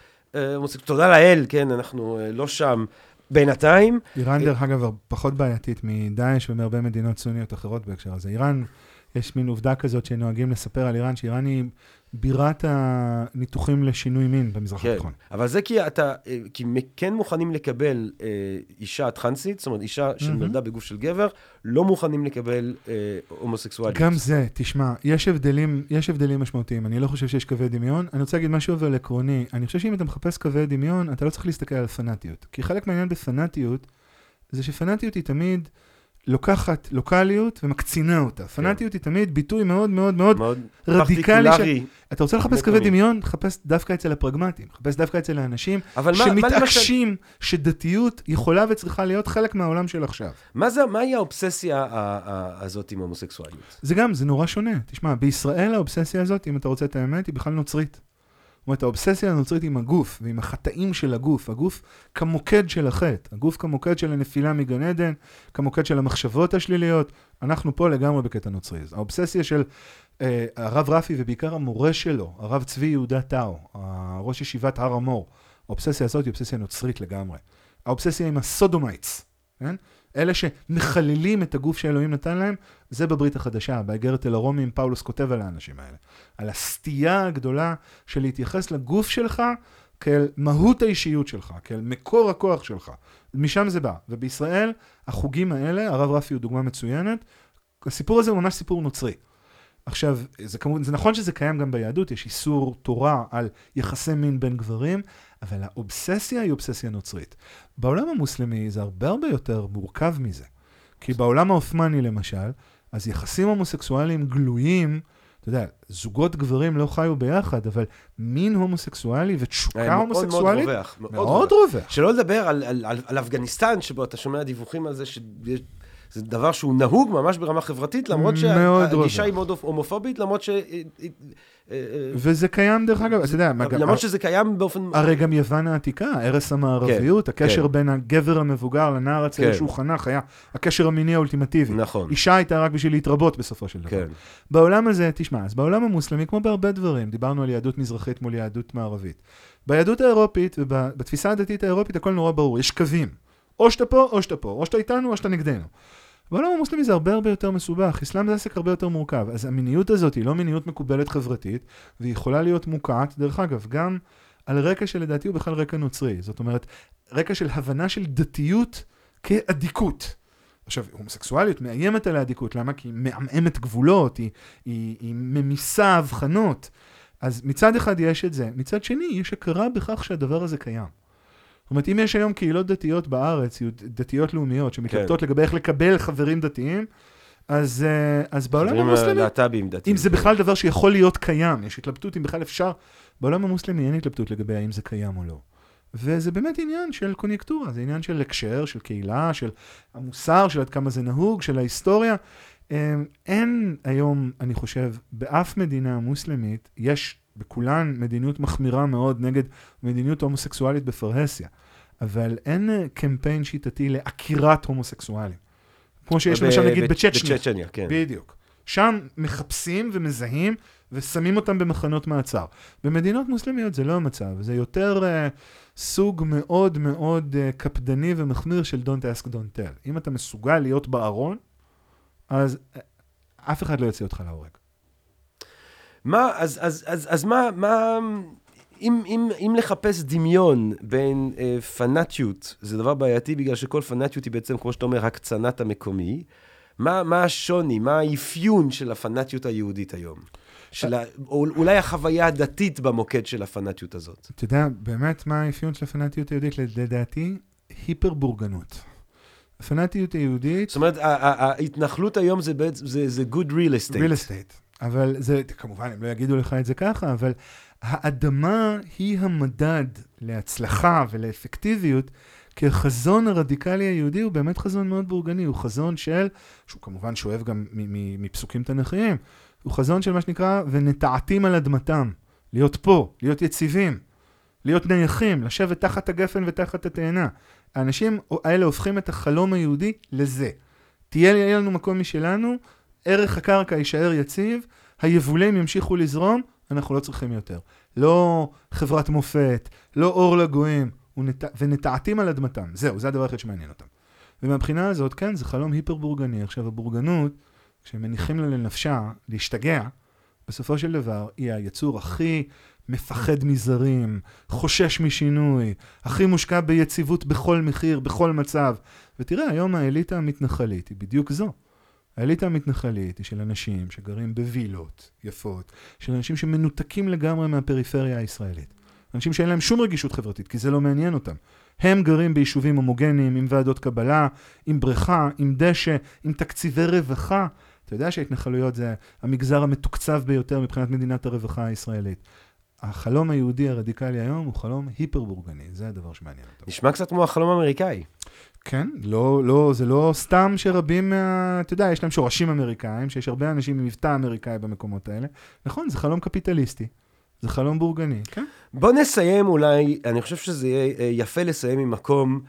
תודה לאל, כן, אנחנו לא שם בינתיים. איראן דרך אגב פחות בעייתית מדאעש ומהרבה מדינות סוניות אחרות בהקשר הזה. איראן, יש מין עובדה כזאת שנוהגים לספר על איראן, שאיראן היא בירת הניתוחים לשינוי מין במזרח כן, התיכון. אבל זה כי אתה, כי כן מוכנים לקבל אה, אישה טרנסית, זאת אומרת, אישה שנולדה בגוף של גבר, לא מוכנים לקבל אה, הומוסקסואליות. גם זה, תשמע, יש הבדלים, יש הבדלים משמעותיים. אני לא חושב שיש קווי דמיון. אני רוצה להגיד משהו אבל עקרוני. אני חושב שאם אתה מחפש קווי דמיון, אתה לא צריך להסתכל על פנאטיות. כי חלק מהעניין בפנאטיות, זה שפנאטיות היא תמיד לוקחת לוקליות ומקצינה אותה. פנאטיות היא תמיד ביטוי מאוד מאוד מאוד רדיקלי. אתה רוצה לחפש קווי דמיון? חפש דווקא אצל הפרגמטים. חפש דווקא אצל האנשים שמתעקשים שדתיות יכולה וצריכה להיות חלק מהעולם של עכשיו. מהי האובססיה הזאת עם הומוסקסואליות? זה גם, זה נורא שונה. תשמע, בישראל האובססיה הזאת, אם אתה רוצה את האמת, היא בכלל נוצרית. זאת אומרת, האובססיה הנוצרית עם הגוף, ועם החטאים של הגוף, הגוף כמוקד של החטא, הגוף כמוקד של הנפילה מגן עדן, כמוקד של המחשבות השליליות, אנחנו פה לגמרי בקטע נוצרי. האובססיה של אה, הרב רפי, ובעיקר המורה שלו, הרב צבי יהודה טאו, ראש ישיבת הר המור, האובססיה הזאת היא אובססיה נוצרית לגמרי. האובססיה עם הסודומייטס, כן? אלה שמחללים את הגוף שאלוהים נתן להם, זה בברית החדשה, באגרת אל הרומים, פאולוס כותב על האנשים האלה. על הסטייה הגדולה של להתייחס לגוף שלך כאל מהות האישיות שלך, כאל מקור הכוח שלך. משם זה בא. ובישראל, החוגים האלה, הרב רפי הוא דוגמה מצוינת, הסיפור הזה הוא ממש סיפור נוצרי. עכשיו, זה, כמובן, זה נכון שזה קיים גם ביהדות, יש איסור תורה על יחסי מין בין גברים, אבל האובססיה היא אובססיה נוצרית. בעולם המוסלמי זה הרבה הרבה יותר מורכב מזה. כי בעולם האות'מאני למשל, אז יחסים הומוסקסואליים גלויים, אתה יודע, זוגות גברים לא חיו ביחד, אבל מין הומוסקסואלי ותשוקה הומוסקסואלית, מאוד רווח. מאוד רווח. שלא לדבר על, על, על, על אפגניסטן, שבו אתה שומע דיווחים על זה שיש... זה דבר שהוא נהוג ממש ברמה חברתית, למרות שהגישה היא מאוד הומופובית, למרות ש... וזה קיים דרך אגב, אתה יודע... למרות שזה קיים באופן... הרי גם יוון העתיקה, ערש המערביות, הקשר בין הגבר המבוגר לנער הצעיר שהוא חנך, היה הקשר המיני האולטימטיבי. נכון. אישה הייתה רק בשביל להתרבות בסופו של דבר. בעולם הזה, תשמע, אז בעולם המוסלמי, כמו בהרבה דברים, דיברנו על יהדות מזרחית מול יהדות מערבית. ביהדות האירופית ובתפיסה הדתית האירופית, הכל נורא ברור, יש קווים. או שאתה פה, או שאתה פה, או שאתה איתנו, או שאתה נגדנו. בעולם המוסלמי זה הרבה הרבה יותר מסובך, אסלאם זה עסק הרבה יותר מורכב, אז המיניות הזאת היא לא מיניות מקובלת חברתית, והיא יכולה להיות מוקעת, דרך אגב, גם על רקע שלדעתי הוא בכלל רקע נוצרי, זאת אומרת, רקע של הבנה של דתיות כאדיקות. עכשיו, הומוסקסואליות מאיימת על האדיקות, למה? כי היא מעמעמת גבולות, היא, היא, היא ממיסה הבחנות, אז מצד אחד יש את זה, מצד שני יש הכרה בכך שהדבר הזה קיים. זאת אומרת, אם יש היום קהילות דתיות בארץ, דתיות לאומיות, שמתלבטות לגבי איך לקבל חברים דתיים, אז, אז בעולם המוסלמי, אם זה בכלל דבר שיכול להיות קיים, יש התלבטות אם בכלל אפשר, בעולם המוסלמי אין התלבטות לגבי האם זה קיים או לא. וזה באמת עניין של קוניונקטורה, זה עניין של הקשר, של קהילה, של המוסר, של עד כמה זה נהוג, של ההיסטוריה. אין היום, אני חושב, באף מדינה מוסלמית, יש בכולן מדיניות מחמירה מאוד נגד מדיניות הומוסקסואלית בפרהסיה. אבל אין קמפיין שיטתי לעקירת הומוסקסואלים. כמו שיש למשל נגיד בצ'צ'ניה. בצ'צ'ניה, כן. בדיוק. שם מחפשים ומזהים ושמים אותם במחנות מעצר. במדינות מוסלמיות זה לא המצב. זה יותר, סוג מאוד מאוד uh, קפדני ומחמיר של don't ask, don't tell. אם אתה מסוגל להיות בארון, אז uh, אף אחד לא יוציא אותך להורג. מה, אז, אז, אז, אז מה, מה, אם, אם, אם לחפש דמיון בין אה, פנאטיות, זה דבר בעייתי בגלל שכל פנאטיות היא בעצם, כמו שאתה אומר, הקצנת המקומי, מה, מה השוני, מה האפיון של הפנאטיות היהודית היום? של ה, או אולי החוויה הדתית במוקד של הפנאטיות הזאת. אתה יודע, באמת מה האפיון של הפנאטיות היהודית? לדעתי, היפר-בורגנות. הפנאטיות היהודית... זאת אומרת, ההתנחלות היום זה, זה, זה good real estate. real estate. אבל זה, כמובן, הם לא יגידו לך את זה ככה, אבל האדמה היא המדד להצלחה ולאפקטיביות, כי החזון הרדיקלי היהודי הוא באמת חזון מאוד בורגני, הוא חזון של, שהוא כמובן שואב גם מפסוקים תנכיים, הוא חזון של מה שנקרא, ונטעתים על אדמתם, להיות פה, להיות יציבים, להיות נייחים, לשבת תחת הגפן ותחת התאנה. האנשים האלה הופכים את החלום היהודי לזה. תהיה לנו מקום משלנו, ערך הקרקע יישאר יציב, היבולים ימשיכו לזרום, אנחנו לא צריכים יותר. לא חברת מופת, לא אור לגויים, ונטעתים על אדמתם. זהו, זה הדבר אחד שמעניין אותם. ומהבחינה הזאת, כן, זה חלום היפר-בורגני. עכשיו, הבורגנות, כשהם מניחים לה לנפשה, להשתגע, בסופו של דבר, היא היצור הכי מפחד מזרים, חושש משינוי, הכי מושקע ביציבות בכל מחיר, בכל מצב. ותראה, היום האליטה המתנחלית היא בדיוק זו. האליטה המתנחלית היא של אנשים שגרים בווילות יפות, של אנשים שמנותקים לגמרי מהפריפריה הישראלית. אנשים שאין להם שום רגישות חברתית, כי זה לא מעניין אותם. הם גרים ביישובים הומוגניים, עם ועדות קבלה, עם בריכה, עם דשא, עם תקציבי רווחה. אתה יודע שההתנחלויות זה המגזר המתוקצב ביותר מבחינת מדינת הרווחה הישראלית. החלום היהודי הרדיקלי היום הוא חלום היפר-בורגני, זה הדבר שמעניין אותם. נשמע קצת כמו החלום האמריקאי. כן, לא, לא, זה לא סתם שרבים, אתה יודע, יש להם שורשים אמריקאים, שיש הרבה אנשים עם מבטא אמריקאי במקומות האלה. נכון, זה חלום קפיטליסטי, זה חלום בורגני, כן? בוא נסיים אולי, אני חושב שזה יהיה יפה לסיים עם מקום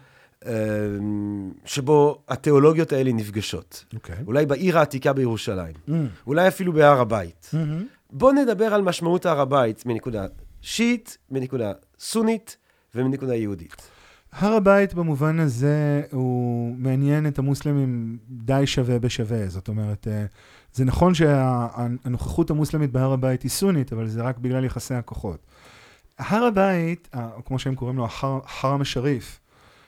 שבו התיאולוגיות האלה נפגשות. Okay. אולי בעיר העתיקה בירושלים, mm. אולי אפילו בהר הבית. Mm-hmm. בוא נדבר על משמעות הר הבית מנקודה שיעית, מנקודה סונית ומנקודה יהודית. הר הבית במובן הזה הוא מעניין את המוסלמים די שווה בשווה. זאת אומרת, זה נכון שהנוכחות המוסלמית בהר הבית היא סונית, אבל זה רק בגלל יחסי הכוחות. הר הבית, כמו שהם קוראים לו, החרם השריף,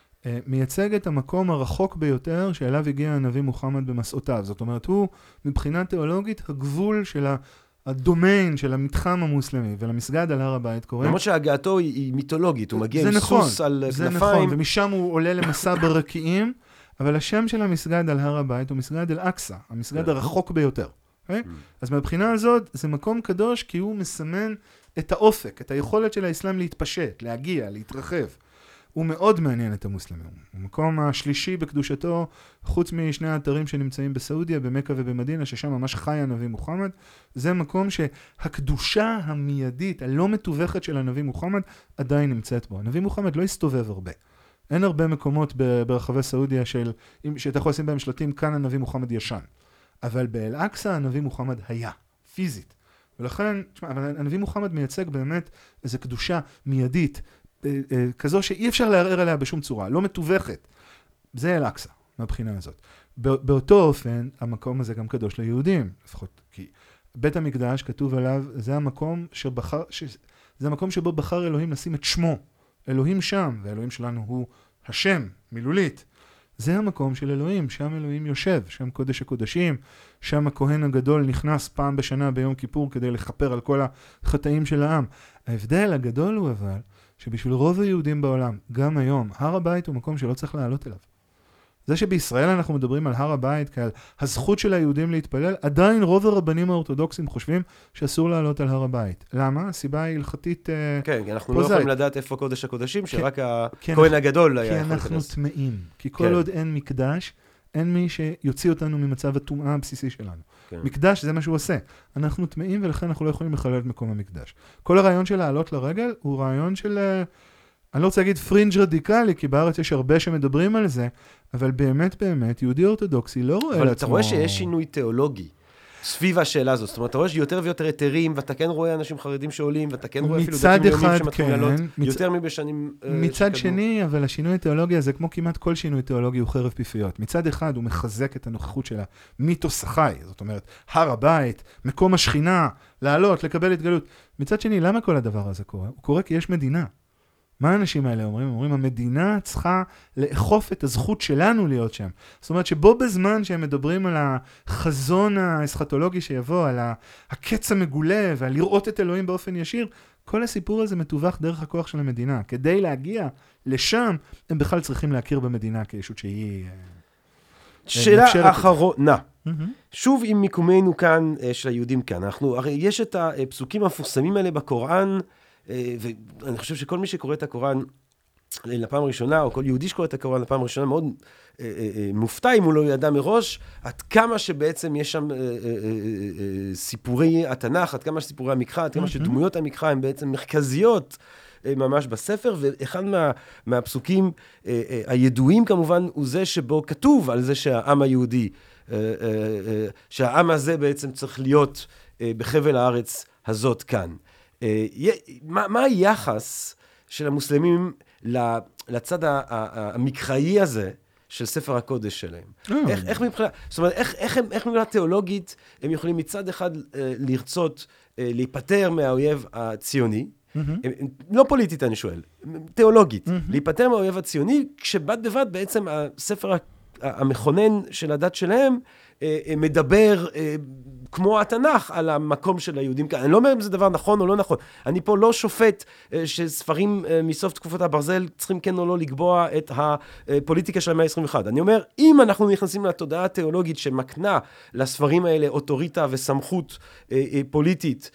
מייצג את המקום הרחוק ביותר שאליו הגיע הנביא מוחמד במסעותיו. זאת אומרת, הוא מבחינה תיאולוגית הגבול של הדומיין של המתחם המוסלמי, ולמסגד על הר הבית קוראים... למרות שהגעתו היא, היא מיתולוגית, הוא מגיע עם נכון, סוס על כנפיים. זה נכון, ומשם הוא עולה למסע ברקיעים, אבל השם של המסגד על הר הבית הוא מסגד אל-אקסא, המסגד הרחוק ביותר. Okay? אז מהבחינה הזאת, זה מקום קדוש כי הוא מסמן את האופק, את היכולת של האסלאם להתפשט, להגיע, להתרחב. הוא מאוד מעניין את המוסלמים. המקום השלישי בקדושתו, חוץ משני האתרים שנמצאים בסעודיה, במקה ובמדינה, ששם ממש חי הנביא מוחמד, זה מקום שהקדושה המיידית, הלא מתווכת של הנביא מוחמד, עדיין נמצאת בו. הנביא מוחמד לא הסתובב הרבה. אין הרבה מקומות ברחבי סעודיה של, שאתה יכול לשים בהם שלטים, כאן הנביא מוחמד ישן. אבל באל-אקסא הנביא מוחמד היה, פיזית. ולכן, תשמע, הנביא מוחמד מייצג באמת איזו קדושה מיידית, כזו שאי אפשר לערער עליה בשום צורה, לא מתווכת. זה אל-אקסא, מהבחינה הזאת. באותו אופן, המקום הזה גם קדוש ליהודים, לפחות, כי בית המקדש כתוב עליו, זה המקום שבחר, ש... זה המקום שבו בחר אלוהים לשים את שמו. אלוהים שם, והאלוהים שלנו הוא השם, מילולית. זה המקום של אלוהים, שם אלוהים יושב, שם קודש הקודשים, שם הכהן הגדול נכנס פעם בשנה ביום כיפור כדי לכפר על כל החטאים של העם. ההבדל הגדול הוא אבל, שבשביל רוב היהודים בעולם, גם היום, הר הבית הוא מקום שלא צריך לעלות אליו. זה שבישראל אנחנו מדברים על הר הבית כעל הזכות של היהודים להתפלל, עדיין רוב הרבנים האורתודוקסים חושבים שאסור לעלות על הר הבית. למה? הסיבה היא הלכתית פרוזאית. כן, כי אנחנו לא יכולים לדעת איפה קודש הקודשים, שרק הכהן הגדול היה יכול להיכנס. כי אנחנו טמאים. כי כל עוד אין מקדש, אין מי שיוציא אותנו ממצב הטומאה הבסיסי שלנו. מקדש זה מה שהוא עושה. אנחנו טמאים ולכן אנחנו לא יכולים לחלל את מקום המקדש. כל הרעיון של לעלות לרגל הוא רעיון של... אני לא רוצה להגיד פרינג' רדיקלי, כי בארץ יש הרבה שמדברים על זה, אבל באמת באמת, יהודי אורתודוקסי לא רואה לעצמו... אבל אתה רואה שיש שינוי תיאולוגי. סביב השאלה הזאת. זאת אומרת, אתה רואה שיותר ויותר היתרים, ואתה כן רואה אנשים חרדים שעולים, ואתה כן רואה אפילו דתיים לאומיים שמתחילים לעלות, יותר מבשנים... מצד שני, אבל השינוי התיאולוגי הזה, כמו כמעט כל שינוי תיאולוגי, הוא חרב פיפיות. מצד אחד, הוא מחזק את הנוכחות של המיתוס החי, זאת אומרת, הר הבית, מקום השכינה, לעלות, לקבל התגלות. מצד שני, למה כל הדבר הזה קורה? הוא קורה כי יש מדינה. מה האנשים האלה אומרים? אומרים, המדינה צריכה לאכוף את הזכות שלנו להיות שם. זאת אומרת שבו בזמן שהם מדברים על החזון האסכטולוגי שיבוא, על הקץ המגולה ועל לראות את אלוהים באופן ישיר, כל הסיפור הזה מתווך דרך הכוח של המדינה. כדי להגיע לשם, הם בכלל צריכים להכיר במדינה כישות שהיא... שאלה אחרונה. שוב עם מיקומנו כאן, של היהודים כאן. אנחנו, הרי יש את הפסוקים המפורסמים האלה בקוראן, ואני חושב שכל מי שקורא את הקוראן לפעם הראשונה, או כל יהודי שקורא את הקוראן לפעם הראשונה, מאוד מופתע אם הוא לא ידע מראש, עד כמה שבעצם יש שם סיפורי התנ"ך, עד כמה שסיפורי המקרא, עד כמה שדמויות המקרא הן בעצם מרכזיות ממש בספר, ואחד מה, מהפסוקים הידועים כמובן הוא זה שבו כתוב על זה שהעם היהודי, שהעם הזה בעצם צריך להיות בחבל הארץ הזאת כאן. מה, מה היחס של המוסלמים לצד המקראי הזה של ספר הקודש שלהם? איך, איך מבחינה, זאת אומרת, איך, איך, הם, איך מבחינה תיאולוגית הם יכולים מצד אחד לרצות להיפטר מהאויב הציוני, לא פוליטית אני שואל, תיאולוגית, להיפטר מהאויב הציוני, כשבד בבד בעצם הספר המכונן של הדת שלהם מדבר כמו התנ"ך על המקום של היהודים כאן. אני לא אומר אם זה דבר נכון או לא נכון. אני פה לא שופט שספרים מסוף תקופות הברזל צריכים כן או לא לקבוע את הפוליטיקה של המאה ה-עשרים ואחת. אני אומר, אם אנחנו נכנסים לתודעה התיאולוגית שמקנה לספרים האלה אוטוריטה וסמכות פוליטית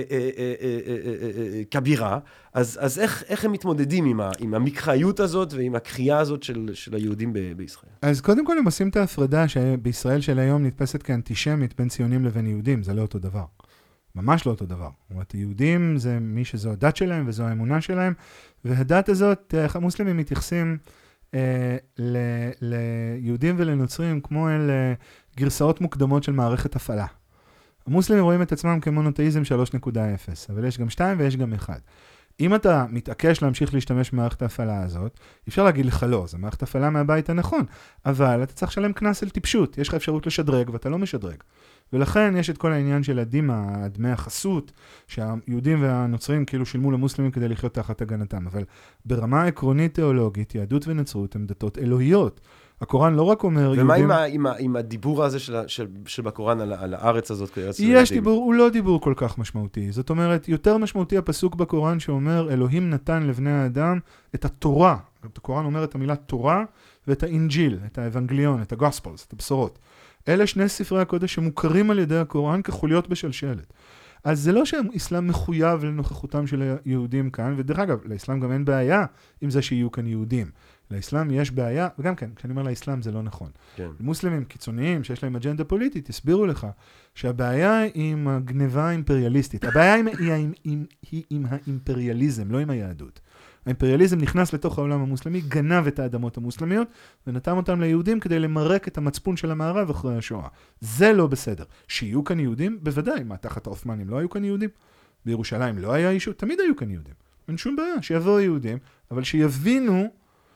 כבירה, אז, אז איך, איך הם מתמודדים עם, ה, עם המקראיות הזאת ועם הקריאה הזאת של, של היהודים ב, בישראל? אז קודם כל הם עושים את ההפרדה שבישראל של היום נתפסת כאנטישמית בין ציונים לבין יהודים, זה לא אותו דבר. ממש לא אותו דבר. זאת אומרת, יהודים זה מי שזו הדת שלהם וזו האמונה שלהם, והדת הזאת, המוסלמים מתייחסים אה, ל, ליהודים ולנוצרים כמו אל אה, גרסאות מוקדמות של מערכת הפעלה. המוסלמים רואים את עצמם כמונותאיזם שלוש נקודה אפס, אבל יש גם שתיים ויש גם אחד. אם אתה מתעקש להמשיך להשתמש במערכת ההפעלה הזאת, אפשר להגיד לך לא, זה מערכת הפעלה מהבית הנכון, אבל אתה צריך לשלם קנס על טיפשות, יש לך אפשרות לשדרג ואתה לא משדרג. ולכן יש את כל העניין של הדימה, דמי החסות, שהיהודים והנוצרים כאילו שילמו למוסלמים כדי לחיות תחת הגנתם, אבל ברמה עקרונית תיאולוגית, יהדות ונצרות הם דתות אלוהיות. הקוראן לא רק אומר... ומה יהודים... עם, עם, עם הדיבור הזה של, של, של בקוראן על, על הארץ הזאת? יש ילדים? דיבור, הוא לא דיבור כל כך משמעותי. זאת אומרת, יותר משמעותי הפסוק בקוראן שאומר, אלוהים נתן לבני האדם את התורה. את הקוראן אומר את המילה תורה ואת האינג'יל, את האבנגליון, את הגוספלס, את הבשורות. אלה שני ספרי הקודש שמוכרים על ידי הקוראן כחוליות בשלשלת. אז זה לא שהאסלאם מחויב לנוכחותם של היהודים כאן, ודרך אגב, לאסלאם גם אין בעיה עם זה שיהיו כאן יהודים. לאסלאם יש בעיה, וגם כן, כשאני אומר לאסלאם זה לא נכון. כן. מוסלמים קיצוניים שיש להם אג'נדה פוליטית, הסבירו לך שהבעיה היא עם הגניבה האימפריאליסטית. הבעיה היא, היא, היא, היא, היא עם האימפריאליזם, לא עם היהדות. האימפריאליזם נכנס לתוך העולם המוסלמי, גנב את האדמות המוסלמיות, ונתן אותם ליהודים כדי למרק את המצפון של המערב אחרי השואה. זה לא בסדר. שיהיו כאן יהודים? בוודאי. מה, תחת האופמנים לא היו כאן יהודים? בירושלים לא היה אישו? תמיד היו כאן יהודים. אין שום בעיה, שיבואו יהודים, אבל שיבינו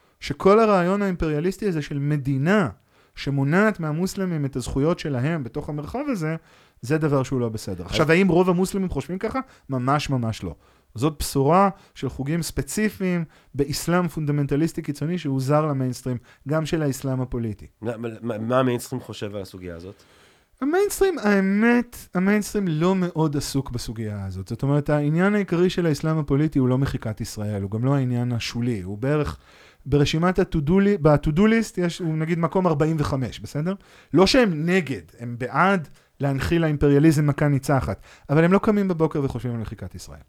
שכל הרעיון האימפריאליסטי הזה של מדינה שמונעת מהמוסלמים את הזכויות שלהם בתוך המרחב הזה, זה דבר שהוא לא בסדר. עכשיו, האם רוב המוסלמים חושבים ככה? ממש ממש לא. זאת בשורה של חוגים ספציפיים באסלאם פונדמנטליסטי קיצוני שהוא זר למיינסטרים, גם של האסלאם הפוליטי. מה המיינסטרים חושב על הסוגיה הזאת? המיינסטרים, האמת, המיינסטרים לא מאוד עסוק בסוגיה הזאת. זאת אומרת, העניין העיקרי של האסלאם הפוליטי הוא לא מחיקת ישראל, הוא גם לא העניין השולי, הוא בערך ברשימת ה-to-do, ב-to-do list יש, הוא נגיד מקום ארבעים וחמש, בסדר? לא שהם נגד, הם בעד להנחיל האימפריאליזם מכה ניצחת, אבל הם לא קמים בבוקר וחושבים על מחיקת ישראל.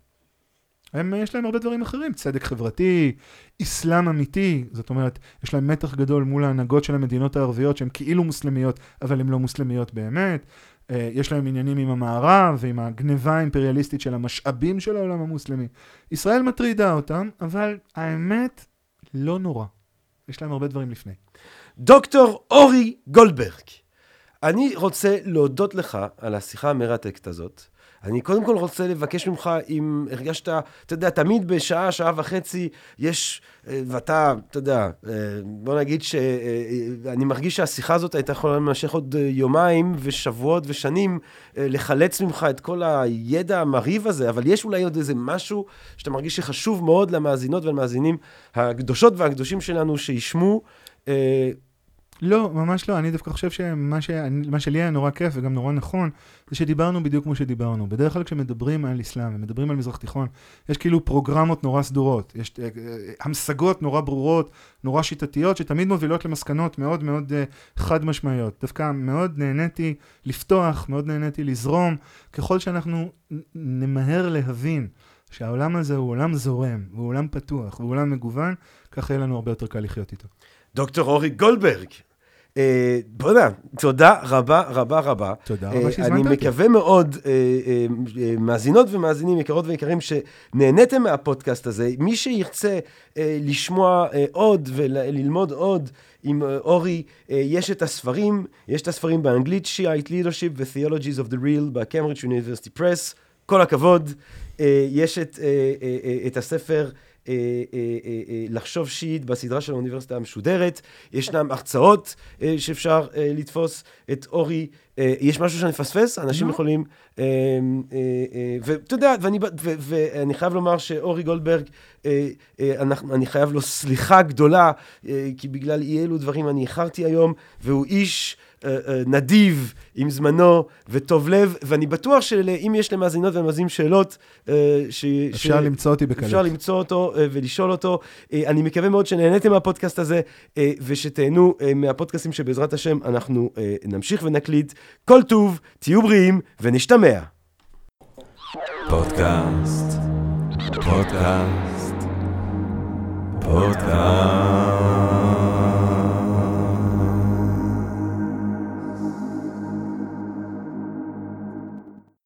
הם, יש להם הרבה דברים אחרים, צדק חברתי, אסלאם אמיתי, זאת אומרת, יש להם מתח גדול מול ההנהגות של המדינות הערביות, שהן כאילו מוסלמיות, אבל הן לא מוסלמיות באמת. יש להם עניינים עם המערב, ועם הגניבה האימפריאליסטית של המשאבים של העולם המוסלמי. ישראל מטרידה אותם, אבל האמת לא נורא. יש להם הרבה דברים לפני. דוקטור אורי גולדברג, אני רוצה להודות לך על השיחה המרתקת הזאת. אני קודם כל רוצה לבקש ממך, אם הרגשת, אתה יודע, תמיד בשעה, שעה וחצי, יש, ואתה, אתה יודע, בוא נגיד שאני מרגיש שהשיחה הזאת הייתה יכולה להמשך עוד יומיים ושבועות ושנים, לחלץ ממך את כל הידע המריב הזה, אבל יש אולי עוד איזה משהו שאתה מרגיש שחשוב מאוד למאזינות ולמאזינים הקדושות והקדושים שלנו שישמו. לא, ממש לא. אני דווקא חושב שמה ש... מה שלי היה נורא כיף וגם נורא נכון, זה שדיברנו בדיוק כמו שדיברנו. בדרך כלל כשמדברים על אסלאם ומדברים על מזרח תיכון, יש כאילו פרוגרמות נורא סדורות, יש המשגות נורא ברורות, נורא שיטתיות, שתמיד מובילות למסקנות מאוד מאוד חד משמעיות. דווקא מאוד נהניתי לפתוח, מאוד נהניתי לזרום, ככל שאנחנו נמהר להבין שהעולם הזה הוא עולם זורם, הוא עולם פתוח, הוא עולם מגוון, ככה יהיה לנו הרבה יותר קל לחיות איתו. דוקטור אורי גולדברג, בוא נע, תודה רבה רבה רבה. תודה רבה שהזמנת אותי. אני מקווה מאוד, מאזינות ומאזינים יקרות ויקרים, שנהניתם מהפודקאסט הזה. מי שירצה לשמוע עוד וללמוד עוד עם אורי, יש את הספרים, יש את הספרים באנגלית, Shiite Leadership ו-Theologies of the Real, ב-Cambridge University Press, כל הכבוד. יש את, את הספר לחשוב שיעית בסדרה של האוניברסיטה המשודרת, ישנם הרצאות שאפשר לתפוס את אורי, יש משהו שאני מפספס, אנשים יכולים, ואתה יודע, ואני חייב לומר שאורי גולדברג, אני חייב לו סליחה גדולה, כי בגלל אי אלו דברים אני איחרתי היום, והוא איש נדיב עם זמנו וטוב לב, ואני בטוח שאם יש למאזינות ומאזינים שאלות, אפשר למצוא אותי בקלות. אפשר למצוא אותו ולשאול אותו. אני מקווה מאוד שנהניתם מהפודקאסט הזה, ושתהנו מהפודקאסטים שבעזרת השם אנחנו נמשיך ונקליט. כל טוב, תהיו בריאים ונשתמע. פודקאסט, פודקאסט, פודקאסט.